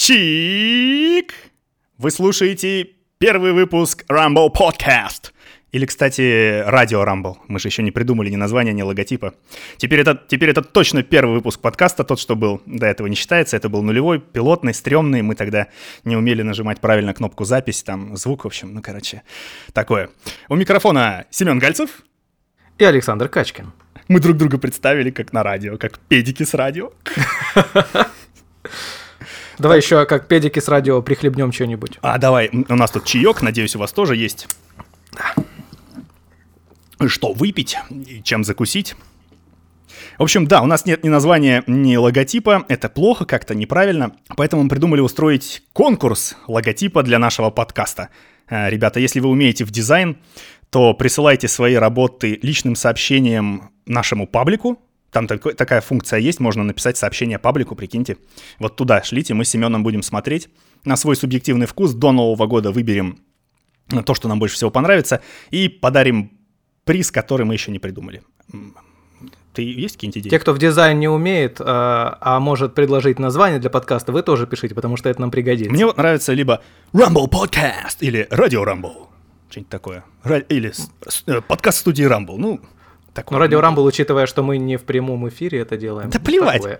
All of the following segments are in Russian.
Чик! Вы слушаете первый выпуск Rumble Podcast. Или, кстати, радио Rumble. Мы же еще не придумали ни названия, ни логотипа. Теперь это точно первый выпуск подкаста. Тот, что был до этого, не считается. Это был нулевой, пилотный, стрёмный. Мы тогда не умели нажимать правильно кнопку запись, там звук, в общем, такое. У микрофона Семен Гальцев и Александр Качкин. Мы друг друга представили как на радио, как педики с радио. Давай еще как педики с радио прихлебнем что-нибудь. Давай, у нас тут чаек, надеюсь, у вас тоже есть. Что выпить и чем закусить. В общем, да, у нас нет ни названия, ни логотипа. Это плохо, как-то неправильно. Поэтому мы придумали устроить конкурс логотипа для нашего подкаста. Ребята, если вы умеете в дизайн, то присылайте свои работы личным сообщением нашему паблику. Там такая функция есть, можно написать сообщение паблику, прикиньте. Вот туда шлите, мы с Семеном будем смотреть. На свой субъективный вкус до Нового года выберем то, что нам больше всего понравится, и подарим приз, который мы еще не придумали. Ты есть какие-нибудь идеи? Те, кто в дизайн не умеет, а может предложить название для подкаста, вы тоже пишите, потому что это нам пригодится. Мне вот нравится либо Rumble Podcast или Radio Rumble. Что-нибудь такое. Или подкаст студии Rumble. Ну, такое. Но Radio Rumble, учитывая, что мы не в прямом эфире это делаем. Да плевать.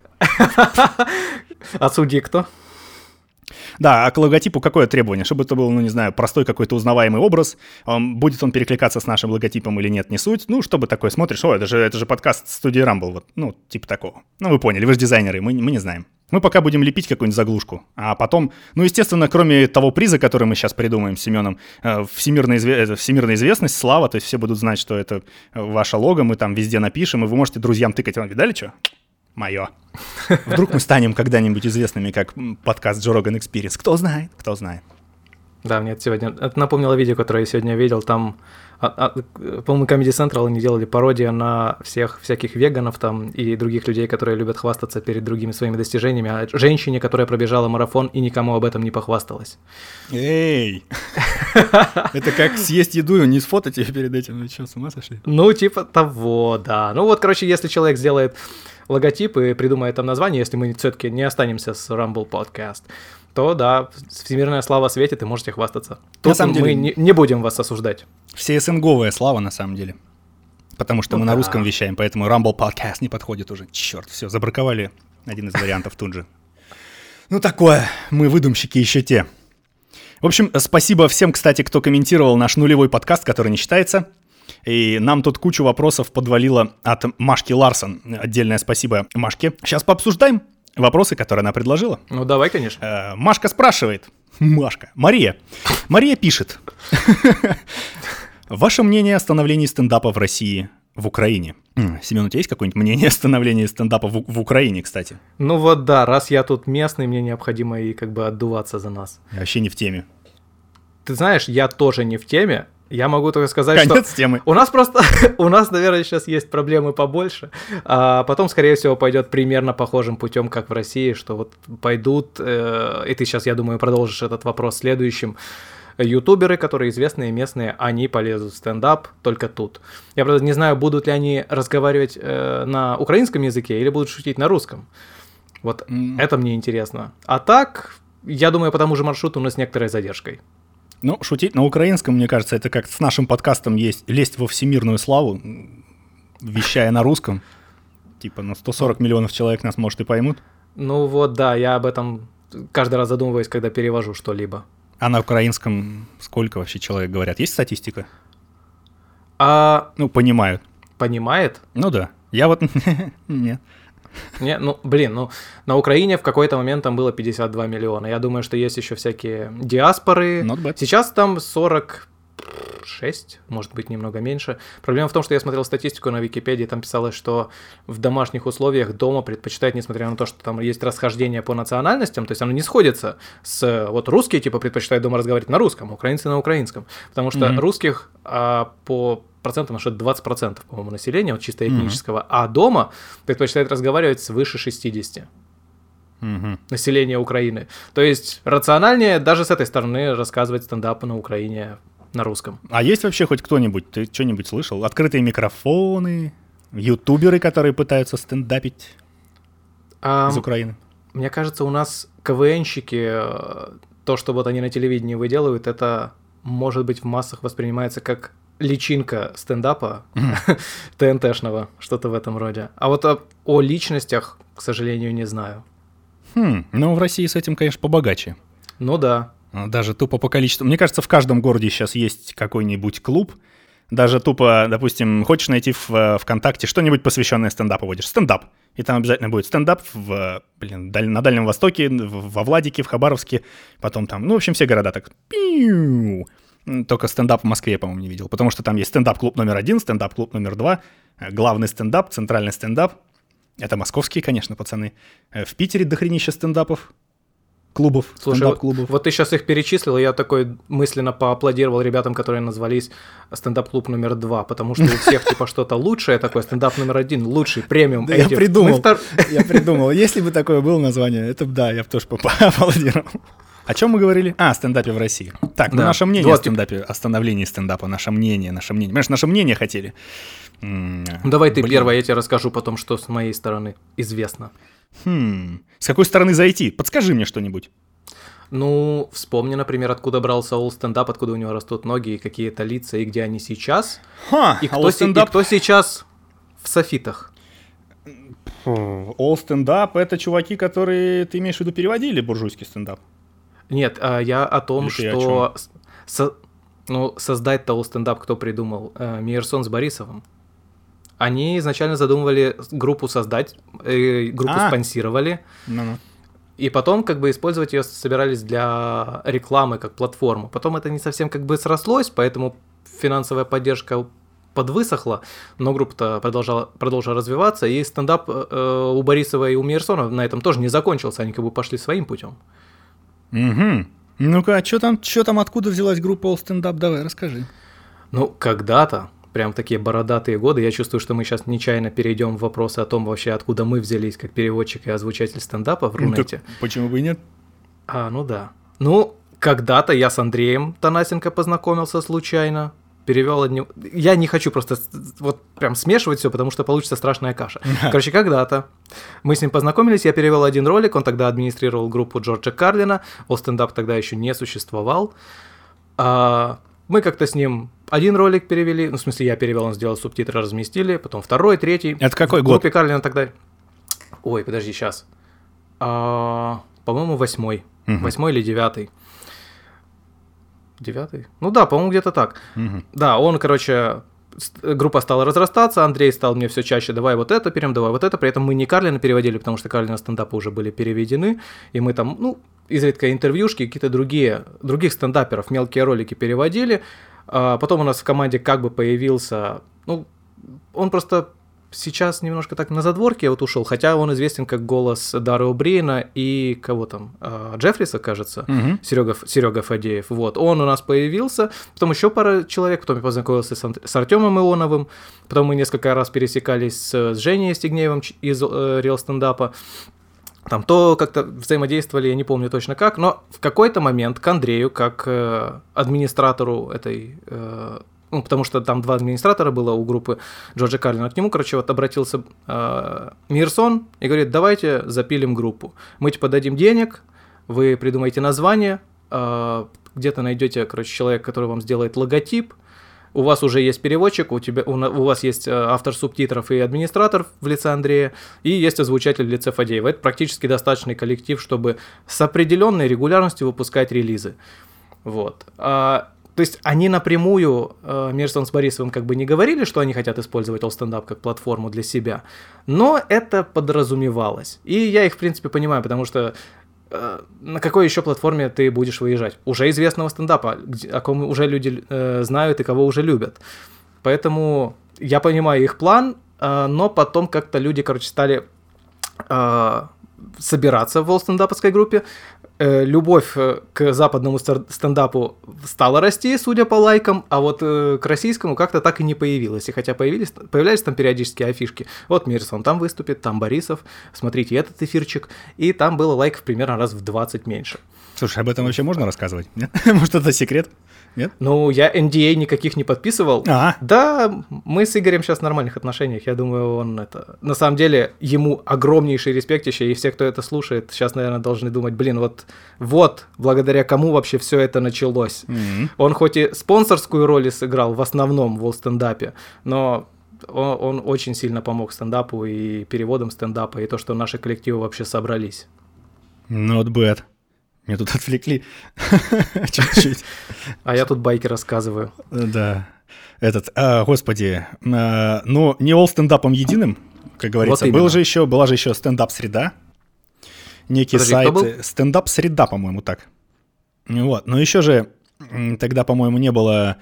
А судьи кто? Да, а к логотипу какое требование? Чтобы это был, ну не знаю, простой какой-то узнаваемый образ. Будет он перекликаться с нашим логотипом или нет, не суть. Ну, чтобы такое смотришь, это же подкаст студии Rumble, вот, ну, типа такого. Ну, вы поняли, вы же дизайнеры, мы не знаем. Мы пока будем лепить какую-нибудь заглушку, а потом, ну, естественно, кроме того приза, который мы сейчас придумаем с Семеном, всемирная известность, слава, то есть все будут знать, что это ваше лого, мы там везде напишем, и вы можете друзьям тыкать. Видали, что? Мое. Вдруг мы станем когда-нибудь известными, как подкаст Joe Rogan Experience. Кто знает, кто знает. Да, мне это напомнило видео, которое я сегодня видел. Там, по-моему, Comedy Central они делали пародию на всяких веганов там и других людей, которые любят хвастаться перед другими своими достижениями, а женщине, которая пробежала марафон и никому об этом не похвасталась. Эй! Это как съесть еду и не сфотать ее перед этим. Вы что, с ума сошли? Ну, типа того, да. Ну вот, короче, если человек сделает логотип и придумает там название, если мы все-таки не останемся с Rumble Podcast, то да, всемирная слава светит, и можете хвастаться. Тут мы не будем вас осуждать. Все СНГовая слава, на самом деле. Потому что мы на русском вещаем, поэтому Rumble Podcast не подходит уже. Черт, все, забраковали один из вариантов тут же. Ну такое, мы выдумщики еще те. В общем, спасибо всем, кстати, кто комментировал наш нулевой подкаст, который не считается. И нам тут кучу вопросов подвалило от Машки Ларсон. Отдельное спасибо Машке. Сейчас пообсуждаем вопросы, которые она предложила. Ну, давай, конечно. Машка спрашивает. Мария пишет. Ваше мнение о становлении стендапа в России, в Украине? Семен, у тебя есть какое-нибудь мнение о становлении стендапа в Украине, кстати? Ну вот да, раз я тут местный, мне необходимо и как бы отдуваться за нас. Я вообще не в теме. Ты знаешь, я тоже не в теме. Я могу только сказать, конец что темы. у нас, наверное, сейчас есть проблемы побольше, а потом, скорее всего, пойдет примерно похожим путем, как в России, что вот пойдут, и ты сейчас, я думаю, продолжишь этот вопрос следующим, ютуберы, которые известные, местные, они полезут в стендап только тут. Я, правда, не знаю, будут ли они разговаривать на украинском языке или будут шутить на русском. Вот это мне интересно. А так, я думаю, по тому же маршруту, но с некоторой задержкой. Ну, шутить на украинском, мне кажется, это как с нашим подкастом есть лезть во всемирную славу, вещая на русском. Типа, 140 миллионов человек нас, может, и поймут. Ну вот, да, я об этом каждый раз задумываюсь, когда перевожу что-либо. А на украинском сколько вообще человек говорят? Есть статистика? Понимают. Понимает? Ну да. Я вот... Нет. Не, на Украине в какой-то момент там было 52 миллиона. Я думаю, что есть еще всякие диаспоры. Сейчас там 46, может быть, немного меньше. Проблема в том, что я смотрел статистику на Википедии, там писалось, что в домашних условиях дома предпочитают, несмотря на то, что там есть расхождение по национальностям, то есть оно не сходится с... Вот русские, типа, предпочитают дома разговаривать на русском, украинцы на украинском. Потому что русских по процентам насчет 20%, по-моему, населения, вот чисто этнического, а дома предпочитают разговаривать свыше 60%. Населения Украины. То есть рациональнее даже с этой стороны рассказывать стендапы на Украине на русском. А есть вообще хоть кто-нибудь, ты что-нибудь слышал? Открытые микрофоны, ютуберы, которые пытаются стендапить из Украины? Мне кажется, у нас КВНщики, то, что вот они на телевидении выделывают, это, может быть, в массах воспринимается как личинка стендапа ТНТшного, что-то в этом роде. А вот о личностях, к сожалению, не знаю. Ну, в России с этим, конечно, побогаче. Ну да. Даже тупо по количеству. Мне кажется, в каждом городе сейчас есть какой-нибудь клуб. Даже тупо, допустим, хочешь найти в ВКонтакте что-нибудь посвященное стендапу, вводишь стендап. И там обязательно будет стендап на Дальнем Востоке, во Владике, в Хабаровске. Потом там, ну, в общем, все города так. Пиу! Только стендап в Москве я, по-моему, не видел. Потому что там есть стендап-клуб номер 1, стендап-клуб номер 2, главный стендап, центральный стендап. Это московские, конечно, пацаны. В Питере дохренища стендапов. Клубов, стендап-клубов. Вот ты сейчас их перечислил, и я такой мысленно поаплодировал ребятам, которые назвались стендап-клуб номер 2, потому что у всех типа что-то лучшее такое, стендап номер 1, лучший, премиум. Да, я придумал. Если бы такое было название, это да, я бы тоже поаплодировал. О чем мы говорили? О стендапе в России. Так, да. Наше мнение о стендапе, о становлении стендапа, наше мнение. Понимаешь, наше мнение хотели. Давай ты первое, я тебе расскажу потом, что с моей стороны известно. С какой стороны зайти? Подскажи мне что-нибудь. Ну, вспомни, например, откуда брал Саул стендап, откуда у него растут ноги, и какие-то лица, и где они сейчас. И кто сейчас в софитах. All стендап — это чуваки, которые, ты имеешь в виду, переводили буржуйский стендап? Нет, я о том, что создать All стендап кто придумал? Мейерсон с Борисовым. Они изначально задумывали группу создать, группу спонсировали, и потом как бы использовать ее собирались для рекламы как платформу. Потом это не совсем как бы срослось, поэтому финансовая поддержка подвысохла, но группа-то продолжала развиваться, и стендап у Борисова и у Мейерсона на этом тоже не закончился, они как бы пошли своим путем. Угу. Ну-ка, а что там, откуда взялась группа All Stand Up? Давай, расскажи. Ну, когда-то, прям такие бородатые годы, я чувствую, что мы сейчас нечаянно перейдем в вопросы о том вообще, откуда мы взялись как переводчик и озвучатель стендапа в Рунете. Почему бы и нет? Ну да. Ну, когда-то я с Андреем Танасенко познакомился случайно, перевел одни... Я не хочу просто вот прям смешивать все, потому что получится страшная каша. Короче, когда-то мы с ним познакомились, я перевел один ролик, он тогда администрировал группу Джорджа Карлина, All Stand Up тогда еще не существовал. Мы как-то с ним один ролик перевели, ну, в смысле, я перевел, он сделал субтитры, разместили, потом второй, третий. Это какой год? В группе Карлина тогда... Ой, подожди, сейчас. По-моему, 8-й. 8-й или 9-й. 9-й? Ну да, по-моему, где-то так. Да, он, короче, группа стала разрастаться, Андрей стал мне все чаще, давай вот это берем, давай вот это. При этом мы не Карлина переводили, потому что Карлина стендапы уже были переведены, и мы там, ну, изредка интервьюшки, какие-то других стендаперов, мелкие ролики переводили. Потом у нас в команде как бы появился, ну, он просто сейчас немножко так на задворке вот ушел, хотя он известен как голос Дары О'Бриена и кого там, Джеффриса, кажется, Серега Фадеев. Вот, он у нас появился, потом еще пара человек, потом я познакомился с Артемом Ионовым, потом мы несколько раз пересекались с Женей Стегнеевым из Real Stand-Up. Там то как-то взаимодействовали, я не помню точно как, но в какой-то момент к Андрею, как администратору этой... Ну, потому что там 2 администратора было у группы Джорджа Карлина. К нему, короче, вот обратился Мейерсон и говорит, давайте запилим группу. Мы типа дадим денег, вы придумаете название, где-то найдете, короче, человека, который вам сделает логотип, у вас уже есть переводчик, у вас есть автор субтитров и администратор в лице Андрея, и есть озвучатель в лице Фадеева. Это практически достаточный коллектив, чтобы с определенной регулярностью выпускать релизы. Вот. То есть они напрямую, Мейерсон с Борисовым, как бы не говорили, что они хотят использовать All Stand Up как платформу для себя, но это подразумевалось. И я их, в принципе, понимаю, потому что на какой еще платформе ты будешь выезжать? Уже известного стендапа, о ком уже люди знают и кого уже любят. Поэтому я понимаю их план, но потом как-то люди, короче, стали собираться в стендаповской группе. Любовь к западному стендапу стала расти, судя по лайкам, а вот к российскому как-то так и не появилось. И хотя появлялись там периодически афишки. Вот Мейерсон там выступит, там Борисов, смотрите этот эфирчик. И там было лайков примерно раз в 20 меньше. Слушай, об этом вообще можно рассказывать? Нет? Может, это секрет? Нет? Ну, я NDA никаких не подписывал. Да, мы с Игорем сейчас в нормальных отношениях. Я думаю, он это... На самом деле, ему огромнейший респектище, и все, кто это слушает, сейчас, наверное, должны думать, блин, вот благодаря кому вообще все это началось. Он хоть и спонсорскую роль сыграл в основном в стендапе, но он очень сильно помог стендапу и переводам стендапа, и то, что наши коллективы вообще собрались. Not bad. Меня тут отвлекли чуть-чуть. А я тут байки рассказываю. Да. Господи, ну, не all стендапом единым, как говорится. Вот была же еще стендап-среда. Некий сайт. Стендап-среда, по-моему, так. Вот. Но еще же тогда, по-моему, не было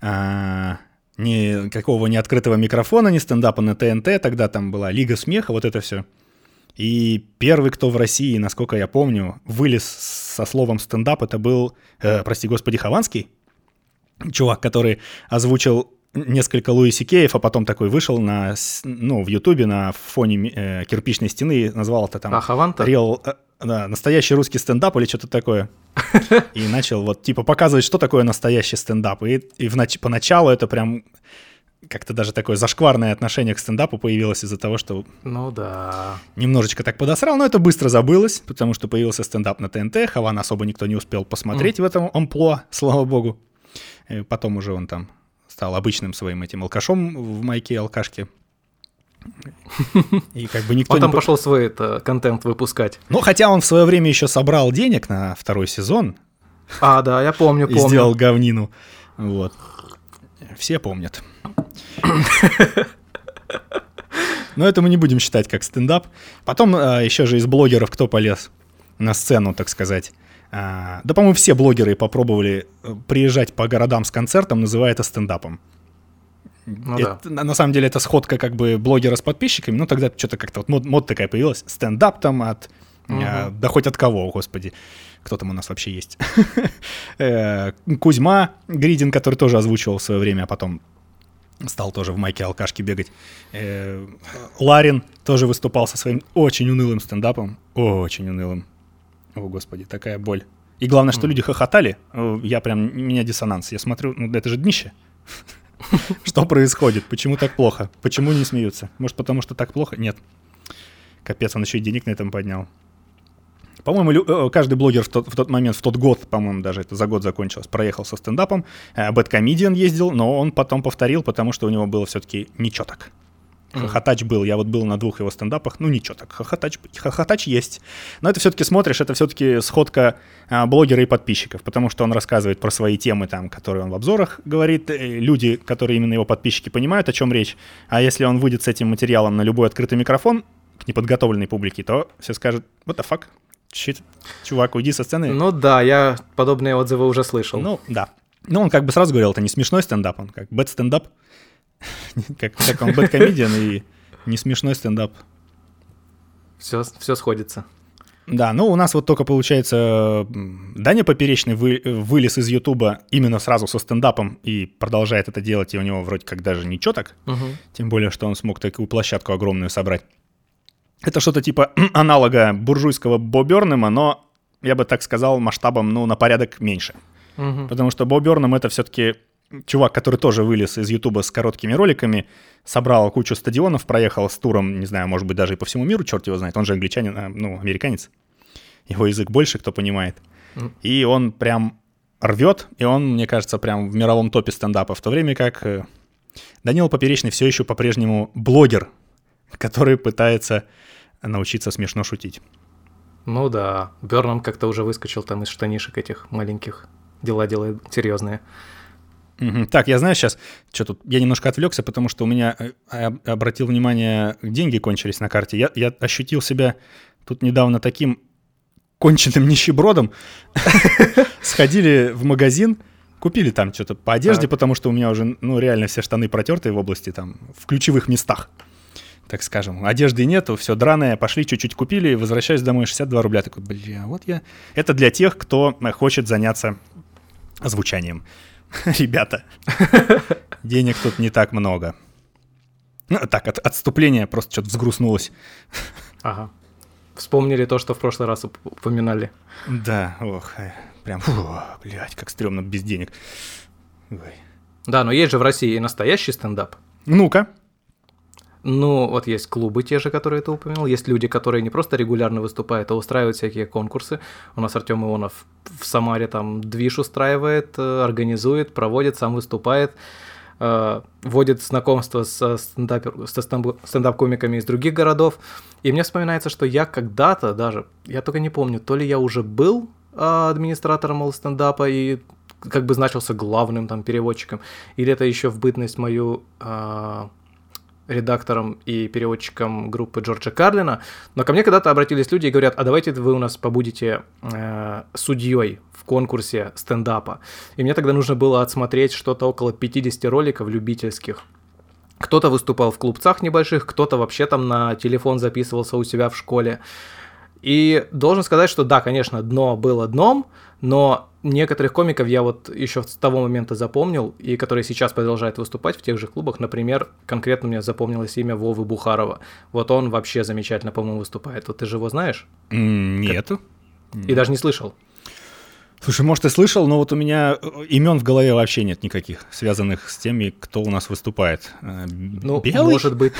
никакого ни открытого микрофона, ни стендапа на ТНТ. Тогда там была Лига смеха, вот это все. И первый, кто в России, насколько я помню, вылез со словом стендап, это был, прости господи, Хованский, чувак, который озвучил несколько Луи Сикеев, а потом такой вышел в Ютубе на фоне кирпичной стены и назвал это там настоящий русский стендап или что-то такое. И начал показывать, что такое настоящий стендап. И поначалу это прям... Как-то даже такое зашкварное отношение к стендапу появилось из-за того, что немножечко так подосрал, но это быстро забылось, потому что появился стендап на ТНТ, Хавана особо никто не успел посмотреть в этом амплуа, слава богу. И потом уже он там стал обычным своим этим алкашом в майке алкашки. И как бы никто он там пошел свой контент выпускать. Ну, хотя он в свое время еще собрал денег на второй сезон. Да, я помню. И сделал говнину. Вот. Все помнят. Но это мы не будем считать как стендап. Потом еще же из блогеров кто полез на сцену, так сказать. Да, по-моему, все блогеры попробовали приезжать по городам с концертом, называя это стендапом. На самом деле это сходка как бы блогера с подписчиками, но тогда что-то как-то мод такая появилась. Стендап там да хоть от кого, господи. Кто там у нас вообще есть? Кузьма Гридин, который тоже озвучивал в свое время, а потом стал тоже в майке алкашки бегать. Ларин тоже выступал со своим очень унылым стендапом. Очень унылым. О, господи, такая боль. И главное, что люди хохотали. Меня диссонанс. Я смотрю, это же днище. Что происходит? Почему так плохо? Почему не смеются? Может, потому что так плохо? Нет. Капец, он еще и денег на этом поднял. По-моему, каждый блогер в тот момент, в тот год, по-моему, даже это за год закончилось, проехал со стендапом. Бэдкомедиан ездил, но он потом повторил, потому что у него было все-таки ничего так. Хохотач был. Я был на 2 его стендапах. Ничего так. Хохотач есть. Но это все-таки смотришь, это все-таки сходка блогера и подписчиков, потому что он рассказывает про свои темы, там, которые он в обзорах говорит. Люди, которые именно его подписчики, понимают, о чем речь. А если он выйдет с этим материалом на любой открытый микрофон к неподготовленной публике, то все скажут: what the fuck? Чувак, уйди со сцены. Ну да, я подобные отзывы уже слышал. Ну да. Ну он как бы сразу говорил, это не смешной стендап, он как бэд-стендап. Как он бэд-комедиан и не смешной стендап. Все сходится. Да, ну у нас только получается Даня Поперечный вылез из Ютуба именно сразу со стендапом и продолжает это делать, и у него вроде как даже ничего так. Тем более, что он смог такую площадку огромную собрать. Это что-то типа аналога буржуйского Бо Бёрнема, но, я бы так сказал, масштабом, на порядок меньше. Потому что Бо Бёрнем — это все-таки чувак, который тоже вылез из Ютуба с короткими роликами, собрал кучу стадионов, проехал с туром, не знаю, может быть, даже и по всему миру, черт его знает. Он же англичанин, американец. Его язык больше, кто понимает. И он прям рвет, и он, мне кажется, прям в мировом топе стендапа. В то время как Данила Поперечный все еще по-прежнему блогер, который пытается научиться смешно шутить. Ну да, Бёрнам как-то уже выскочил там из штанишек этих маленьких. Дела делает серьезные. Так, я знаю сейчас, я немножко отвлекся, потому что у меня, обратил внимание, деньги кончились на карте. Я ощутил себя тут недавно таким конченным нищебродом. Сходили в магазин, купили там что-то по одежде, потому что у меня уже, реально все штаны протертые в области, там, в ключевых местах, так скажем. Одежды нету, все драное, пошли, чуть-чуть купили, возвращаюсь домой, 62 рубля. Такой, Это для тех, кто хочет заняться озвучанием. Ребята, денег тут не так много. Так, отступление просто что-то взгрустнулось. Ага. Вспомнили то, что в прошлый раз упоминали. Да, Прям, блядь, как стрёмно без денег. Ой. Да, но есть же в России и настоящий стендап. Ну-ка. Ну, вот есть клубы те же, которые ты упомянул, есть люди, которые не просто регулярно выступают, а устраивают всякие конкурсы. У нас Артём Ионов в Самаре там движ устраивает, организует, проводит, сам выступает, вводит знакомство со стендап-комиками из других городов. И мне вспоминается, что я когда-то даже, я только не помню, то ли я уже был администратором стендапа и как бы значился главным там переводчиком, или это еще в бытность мою... редактором и переводчиком группы Джорджа Карлина, но ко мне когда-то обратились люди и говорят, а давайте вы у нас побудете судьей в конкурсе стендапа. И мне тогда нужно было отсмотреть что-то около 50 роликов любительских. Кто-то выступал в клубцах небольших, кто-то вообще там на телефон записывался у себя в школе. И должен сказать, что да, конечно, дно было дном, но некоторых комиков я вот еще с того момента запомнил, и которые сейчас продолжают выступать в тех же клубах. Например, конкретно мне запомнилось имя Вовы Бухарова. Вот он вообще замечательно, по-моему, выступает. Вот ты же его знаешь? Нет. И даже не слышал? Слушай, может, и слышал, но вот у меня имен в голове вообще нет никаких, связанных с теми, кто у нас выступает. Ну, Белый? Может быть...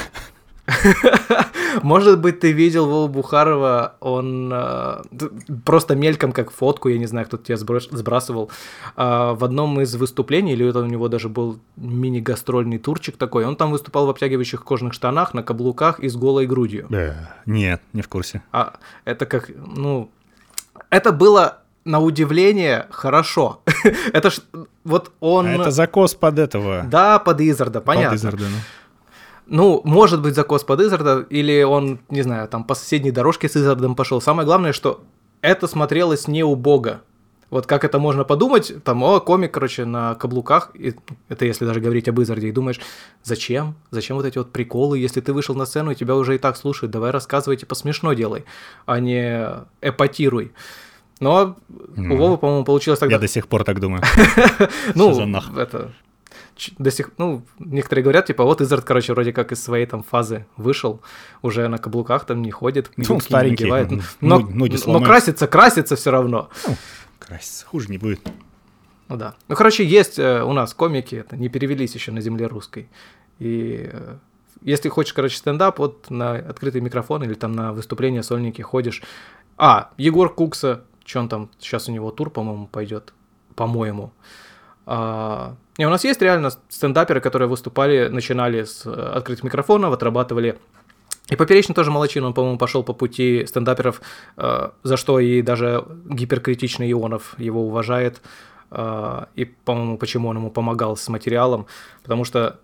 Может быть, ты видел Вову Бухарова, он просто мельком, как фотку, я не знаю, кто-то тебя сбрасывал, в одном из выступлений, или это у него даже был мини-гастрольный турчик такой, он там выступал в обтягивающих кожаных штанах, на каблуках и с голой грудью. Нет, не в курсе. Это как, ну, это было на удивление хорошо. Это ж, вот он... Это закос под этого. Да, под Изарда, понятно. Под Изарда, ну. Ну, может быть, закос под Изарда, или он, не знаю, там по соседней дорожке с Изардом пошел. Самое главное, что это смотрелось не убого. Вот как это можно подумать, там, комик, короче, на каблуках, и это если даже говорить об Изарде, и думаешь, зачем? Зачем вот эти вот приколы, если ты вышел на сцену, и тебя уже и так слушают, давай рассказывай, типа, смешно делай, а не эпатируй. Но у Вовы, по-моему, получилось тогда... Я до сих пор так думаю. Ну, это... некоторые говорят, типа, вот Изард, короче, вроде как из своей там фазы вышел, уже на каблуках там не ходит, губки не надевает, но красится все равно. Краситься, хуже не будет. Ну да. Ну, короче, есть у нас комики, это не перевелись еще на земле русской. И если хочешь, короче, стендап, вот на открытый микрофон или там на выступление сольники ходишь. Егор Кукса, что он там, сейчас у него тур, по-моему, пойдет, по-моему. У нас есть реально стендаперы, которые выступали, начинали с открытых микрофонов, отрабатывали. И Поперечный тоже молодчина, он, по-моему, пошел по пути стендаперов, за что и даже гиперкритичный Ионов его уважает. И, по-моему, почему он ему помогал с материалом. Потому что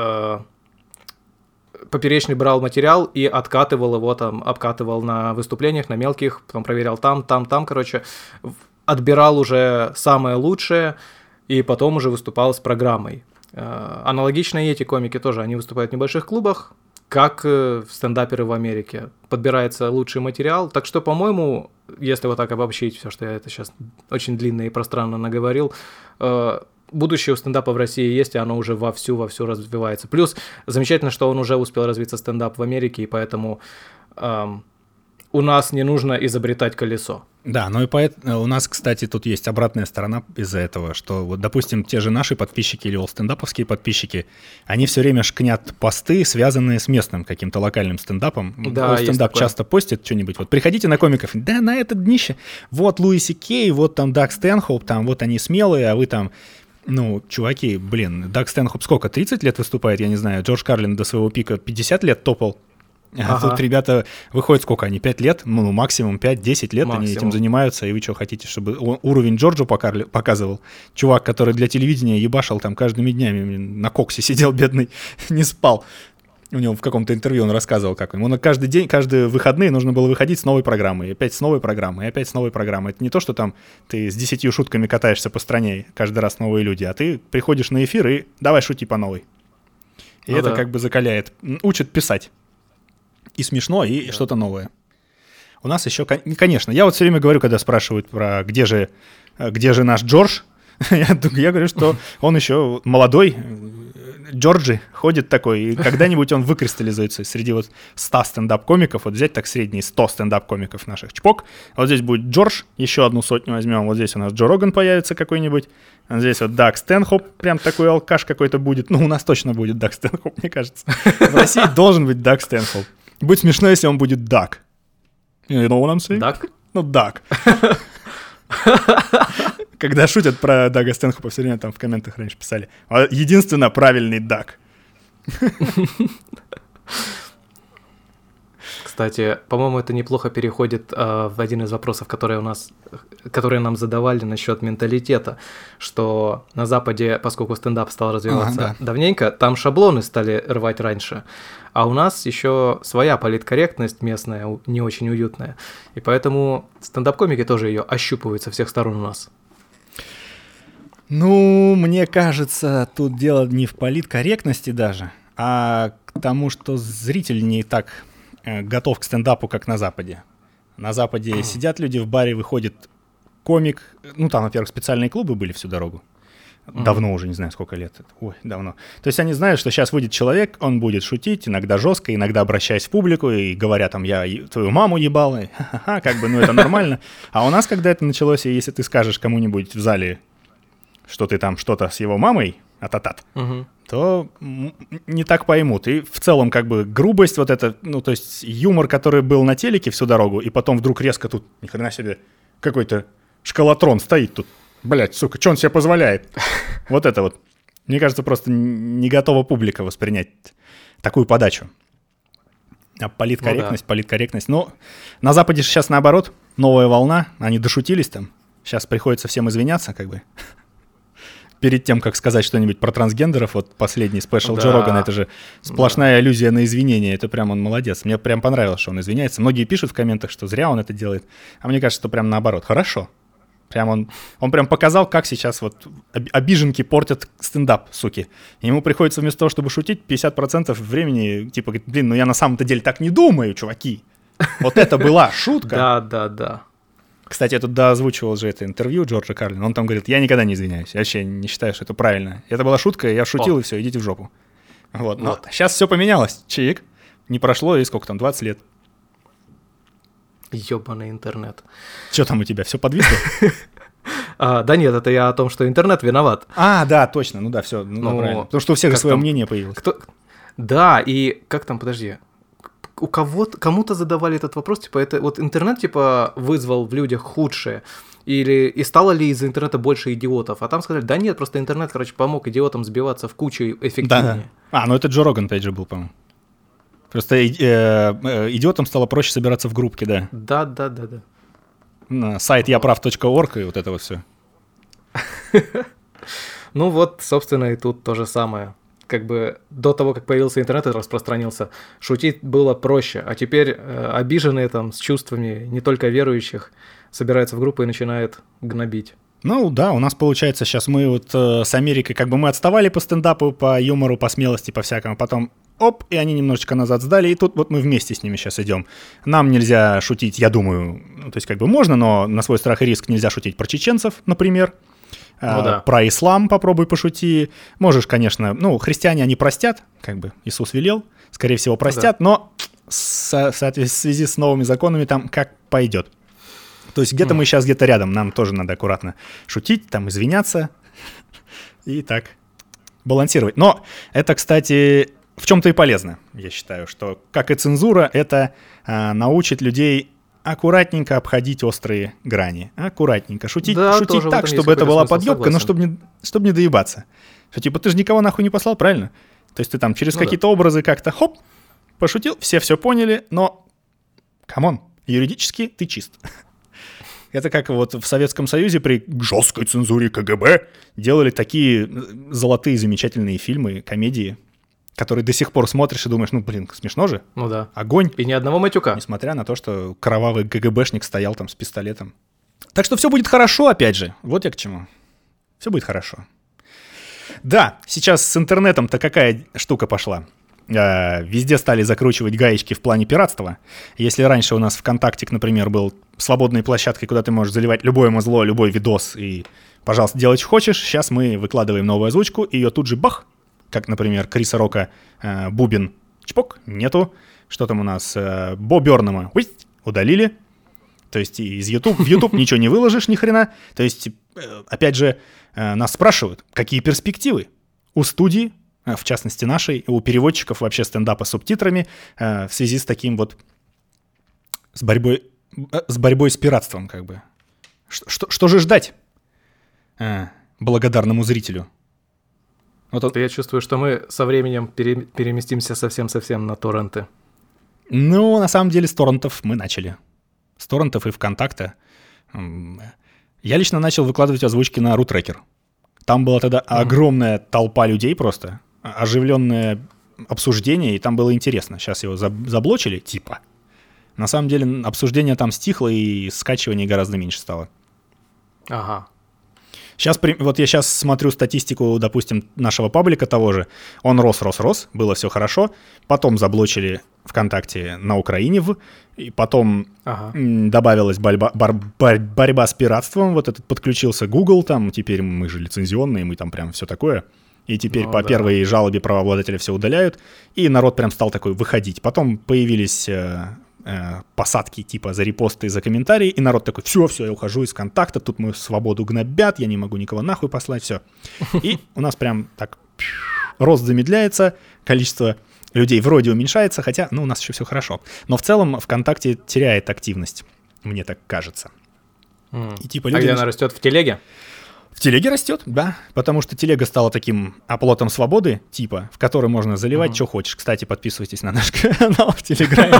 Поперечный брал материал и откатывал его, там, обкатывал на выступлениях, на мелких, потом проверял там, короче, отбирал уже самое лучшее, и потом уже выступал с программой. Аналогично и эти комики тоже, они выступают в небольших клубах, как стендаперы в Америке. Подбирается лучший материал, так что, по-моему, если вот так обобщить все, что я это сейчас очень длинно и пространно наговорил, будущее у стендапа в России есть, и оно уже вовсю развивается. Плюс замечательно, что он уже успел развиться стендап в Америке, и поэтому у нас не нужно изобретать колесо. Да, ну и поэтому у нас, кстати, тут есть обратная сторона из-за этого, что вот, допустим, те же наши подписчики или олдстендаповские подписчики, они все время шкнят посты, связанные с местным каким-то локальным стендапом. Да, олдстендап часто постит что-нибудь. Вот приходите на комиков, да, на это днище. Вот Луиси Кей, вот там Даг Стэнхоуп, там вот они смелые, а вы там... Ну, чуваки, блин, Даг Стэнхоуп сколько, 30 лет выступает, я не знаю, Джордж Карлин до своего пика 50 лет топал. А тут ребята выходят сколько они, 5 лет? Ну, максимум 5-10 лет они этим занимаются, и вы что, хотите, чтобы уровень Джорджа показывал? Чувак, который для телевидения ебашил там каждыми днями, на коксе сидел бедный, не спал. У него в каком-то интервью он рассказывал, как ему на каждый день, каждые выходные нужно было выходить с новой программой, и опять с новой программой, и опять с новой программой. Это не то, что там ты с 10 шутками катаешься по стране, каждый раз новые люди, а ты приходишь на эфир и давай шути по новой. И это как бы закаляет, учит писать. И смешно, и что-то новое. У нас еще, конечно, я вот все время говорю, когда спрашивают про где же наш Джордж, я говорю, что он еще молодой, Джорджи ходит такой, и когда-нибудь он выкристаллизуется среди вот 100 стендап-комиков, вот взять так средние 100 стендап-комиков наших, чпок, вот здесь будет Джордж, еще одну сотню возьмем, вот здесь у нас Джо Роган появится какой-нибудь, вот здесь вот Даг Стэнхоп, прям такой алкаш какой-то будет, ну, у нас точно будет Даг Стэнхоп, мне кажется. В России должен быть Даг Стэнхоп. Будет смешно, если он будет Даг. You know what I'm saying? Даг? Ну, Даг. Когда шутят про Дага Стэнхопа, все время там в комментах раньше писали. Единственно правильный Даг. Кстати, по-моему, это неплохо переходит в один из вопросов, которые нам задавали насчет менталитета, что на Западе, поскольку стендап стал развиваться давненько, там шаблоны стали рвать раньше, а у нас еще своя политкорректность местная, не очень уютная, и поэтому стендап-комики тоже ее ощупывают со всех сторон у нас. Ну, мне кажется, тут дело не в политкорректности даже, а к тому, что зритель не так готов к стендапу, как на Западе. На Западе сидят люди в баре, выходит комик. Ну, там, во-первых, специальные клубы были всю дорогу. Давно уже, не знаю, сколько лет. Ой, давно. То есть они знают, что сейчас выйдет человек, он будет шутить, иногда жестко, иногда обращаясь в публику, и говоря там, я твою маму ебал, и ха-ха-ха, как бы, ну, это нормально. А у нас, когда это началось, и если ты скажешь кому-нибудь в зале, что ты там что-то с его мамой, ататат, то не так поймут. И в целом как бы грубость вот эта, ну то есть юмор, который был на телеке всю дорогу, и потом вдруг резко тут, ни хрена себе, какой-то шкалатрон стоит тут. Блять, сука, что он себе позволяет? Вот это вот. Мне кажется, просто не готова публика воспринять такую подачу. А политкорректность. Но на Западе же сейчас наоборот, новая волна, они дошутились там. Сейчас приходится всем извиняться, как бы. Перед тем, как сказать что-нибудь про трансгендеров, вот последний спешл Джо Рогана, это же сплошная аллюзия на извинения, это прям он молодец. Мне прям понравилось, что он извиняется. Многие пишут в комментах, что зря он это делает, а мне кажется, что прям наоборот, хорошо. Прям он прям показал, как сейчас вот обиженки портят стендап, суки. Ему приходится вместо того, чтобы шутить, 50% времени, типа, блин, ну я на самом-то деле так не думаю, чуваки. Вот это была шутка. Да. Кстати, я тут доозвучивал же это интервью Джорджа Карлина. Он там говорит, я никогда не извиняюсь. Я вообще не считаю, что это правильно. Это была шутка, я шутил, и все, идите в жопу. Вот. Но сейчас все поменялось. Чик. Не прошло, и сколько там, 20 лет. Ёбаный интернет. Что там у тебя, все подвисло? Да нет, это я о том, что интернет виноват. Да, точно, ну да, все, правильно. Потому что у всех же свое мнение появилось. Да, и как там, подожди, кому-то задавали этот вопрос, типа, это вот интернет, типа, вызвал в людях худшее, и стало ли из-за интернета больше идиотов, а там сказали, да нет, просто интернет, короче, помог идиотам сбиваться в кучу эффективнее. Да. Ну это Джо Роган опять же был, по-моему. Просто идиотам стало проще собираться в группке, да. Да. На сайт яправ.орг и вот это вот все. Ну вот, собственно, и тут то же самое. Как бы до того, как появился интернет и распространился, шутить было проще, а теперь обиженные там с чувствами не только верующих собираются в группу и начинают гнобить. Ну да, у нас получается сейчас мы вот с Америкой, как бы мы отставали по стендапу, по юмору, по смелости, по всякому, потом оп, и они немножечко назад сдали, и тут вот мы вместе с ними сейчас идем. Нам нельзя шутить, я думаю, ну, то есть как бы можно, но на свой страх и риск нельзя шутить про чеченцев, например. Про ислам попробуй пошути. Можешь, конечно, ну, христиане, они простят, как бы Иисус велел, скорее всего, простят, но в связи с новыми законами там как пойдет. То есть где-то мы сейчас где-то рядом, нам тоже надо аккуратно шутить, там извиняться и так балансировать. Но это, кстати, в чем-то и полезно, я считаю, что, как и цензура, это научит людей аккуратненько обходить острые грани. Аккуратненько. Шутить так, чтобы это была подъебка, но чтобы не доебаться. Что типа ты же никого нахуй не послал, правильно? То есть ты там через какие-то образы как-то хоп, пошутил, все поняли, но камон, юридически ты чист. Это как вот в Советском Союзе при жесткой цензуре КГБ делали такие золотые замечательные фильмы, комедии, которые до сих пор смотришь и думаешь, ну, блин, смешно же. Ну да. Огонь. И ни одного матюка. Несмотря на то, что кровавый КГБшник стоял там с пистолетом. Так что все будет хорошо, опять же. Вот я к чему. Все будет хорошо. Да, сейчас с интернетом-то какая штука пошла? Везде стали закручивать гаечки в плане пиратства. Если раньше у нас ВКонтактик, например, был свободной площадкой, куда ты можешь заливать любое музло, любой видос и, пожалуйста, делай, что хочешь, сейчас мы выкладываем новую озвучку, и ее тут же бах, как, например, Криса Рока, Бубен, чпок, нету. Что там у нас? Бо Бёрнама, удалили. То есть из YouTube, в YouTube ничего не выложишь ни хрена. То есть, опять же, нас спрашивают, какие перспективы у студии, в частности нашей, у переводчиков вообще стендапа с субтитрами в связи с таким вот, с борьбой с пиратством, как бы. Что же ждать благодарному зрителю? Вот я чувствую, что мы со временем переместимся совсем-совсем на торренты. Ну, на самом деле, с торрентов мы начали. С торрентов и ВКонтакта. Я лично начал выкладывать озвучки на RooTracker. Там была тогда огромная толпа людей просто, оживленное обсуждение, и там было интересно. Сейчас его заблочили, типа. На самом деле обсуждение там стихло, и скачиваний гораздо меньше стало. Ага. Сейчас, вот я сейчас смотрю статистику, допустим, нашего паблика того же. Он рос, было все хорошо. Потом заблочили ВКонтакте на Украине, и потом добавилась борьба с пиратством. Вот этот подключился Google, там теперь мы же лицензионные, мы там прям все такое. И теперь первой жалобе правообладателя все удаляют. И народ прям стал такой выходить. Потом появились посадки типа за репосты, за комментарии, и народ такой, все, я ухожу из контакта, тут мою свободу гнобят, я не могу никого нахуй послать, все. И у нас прям так рост замедляется, количество людей вроде уменьшается, хотя, у нас еще все хорошо. Но в целом ВКонтакте теряет активность, мне так кажется. И типа люди... А где она растет, в телеге? В телеге растет, да, потому что телега стала таким оплотом свободы, типа, в который можно заливать, что хочешь. Кстати, подписывайтесь на наш канал в Телеграме.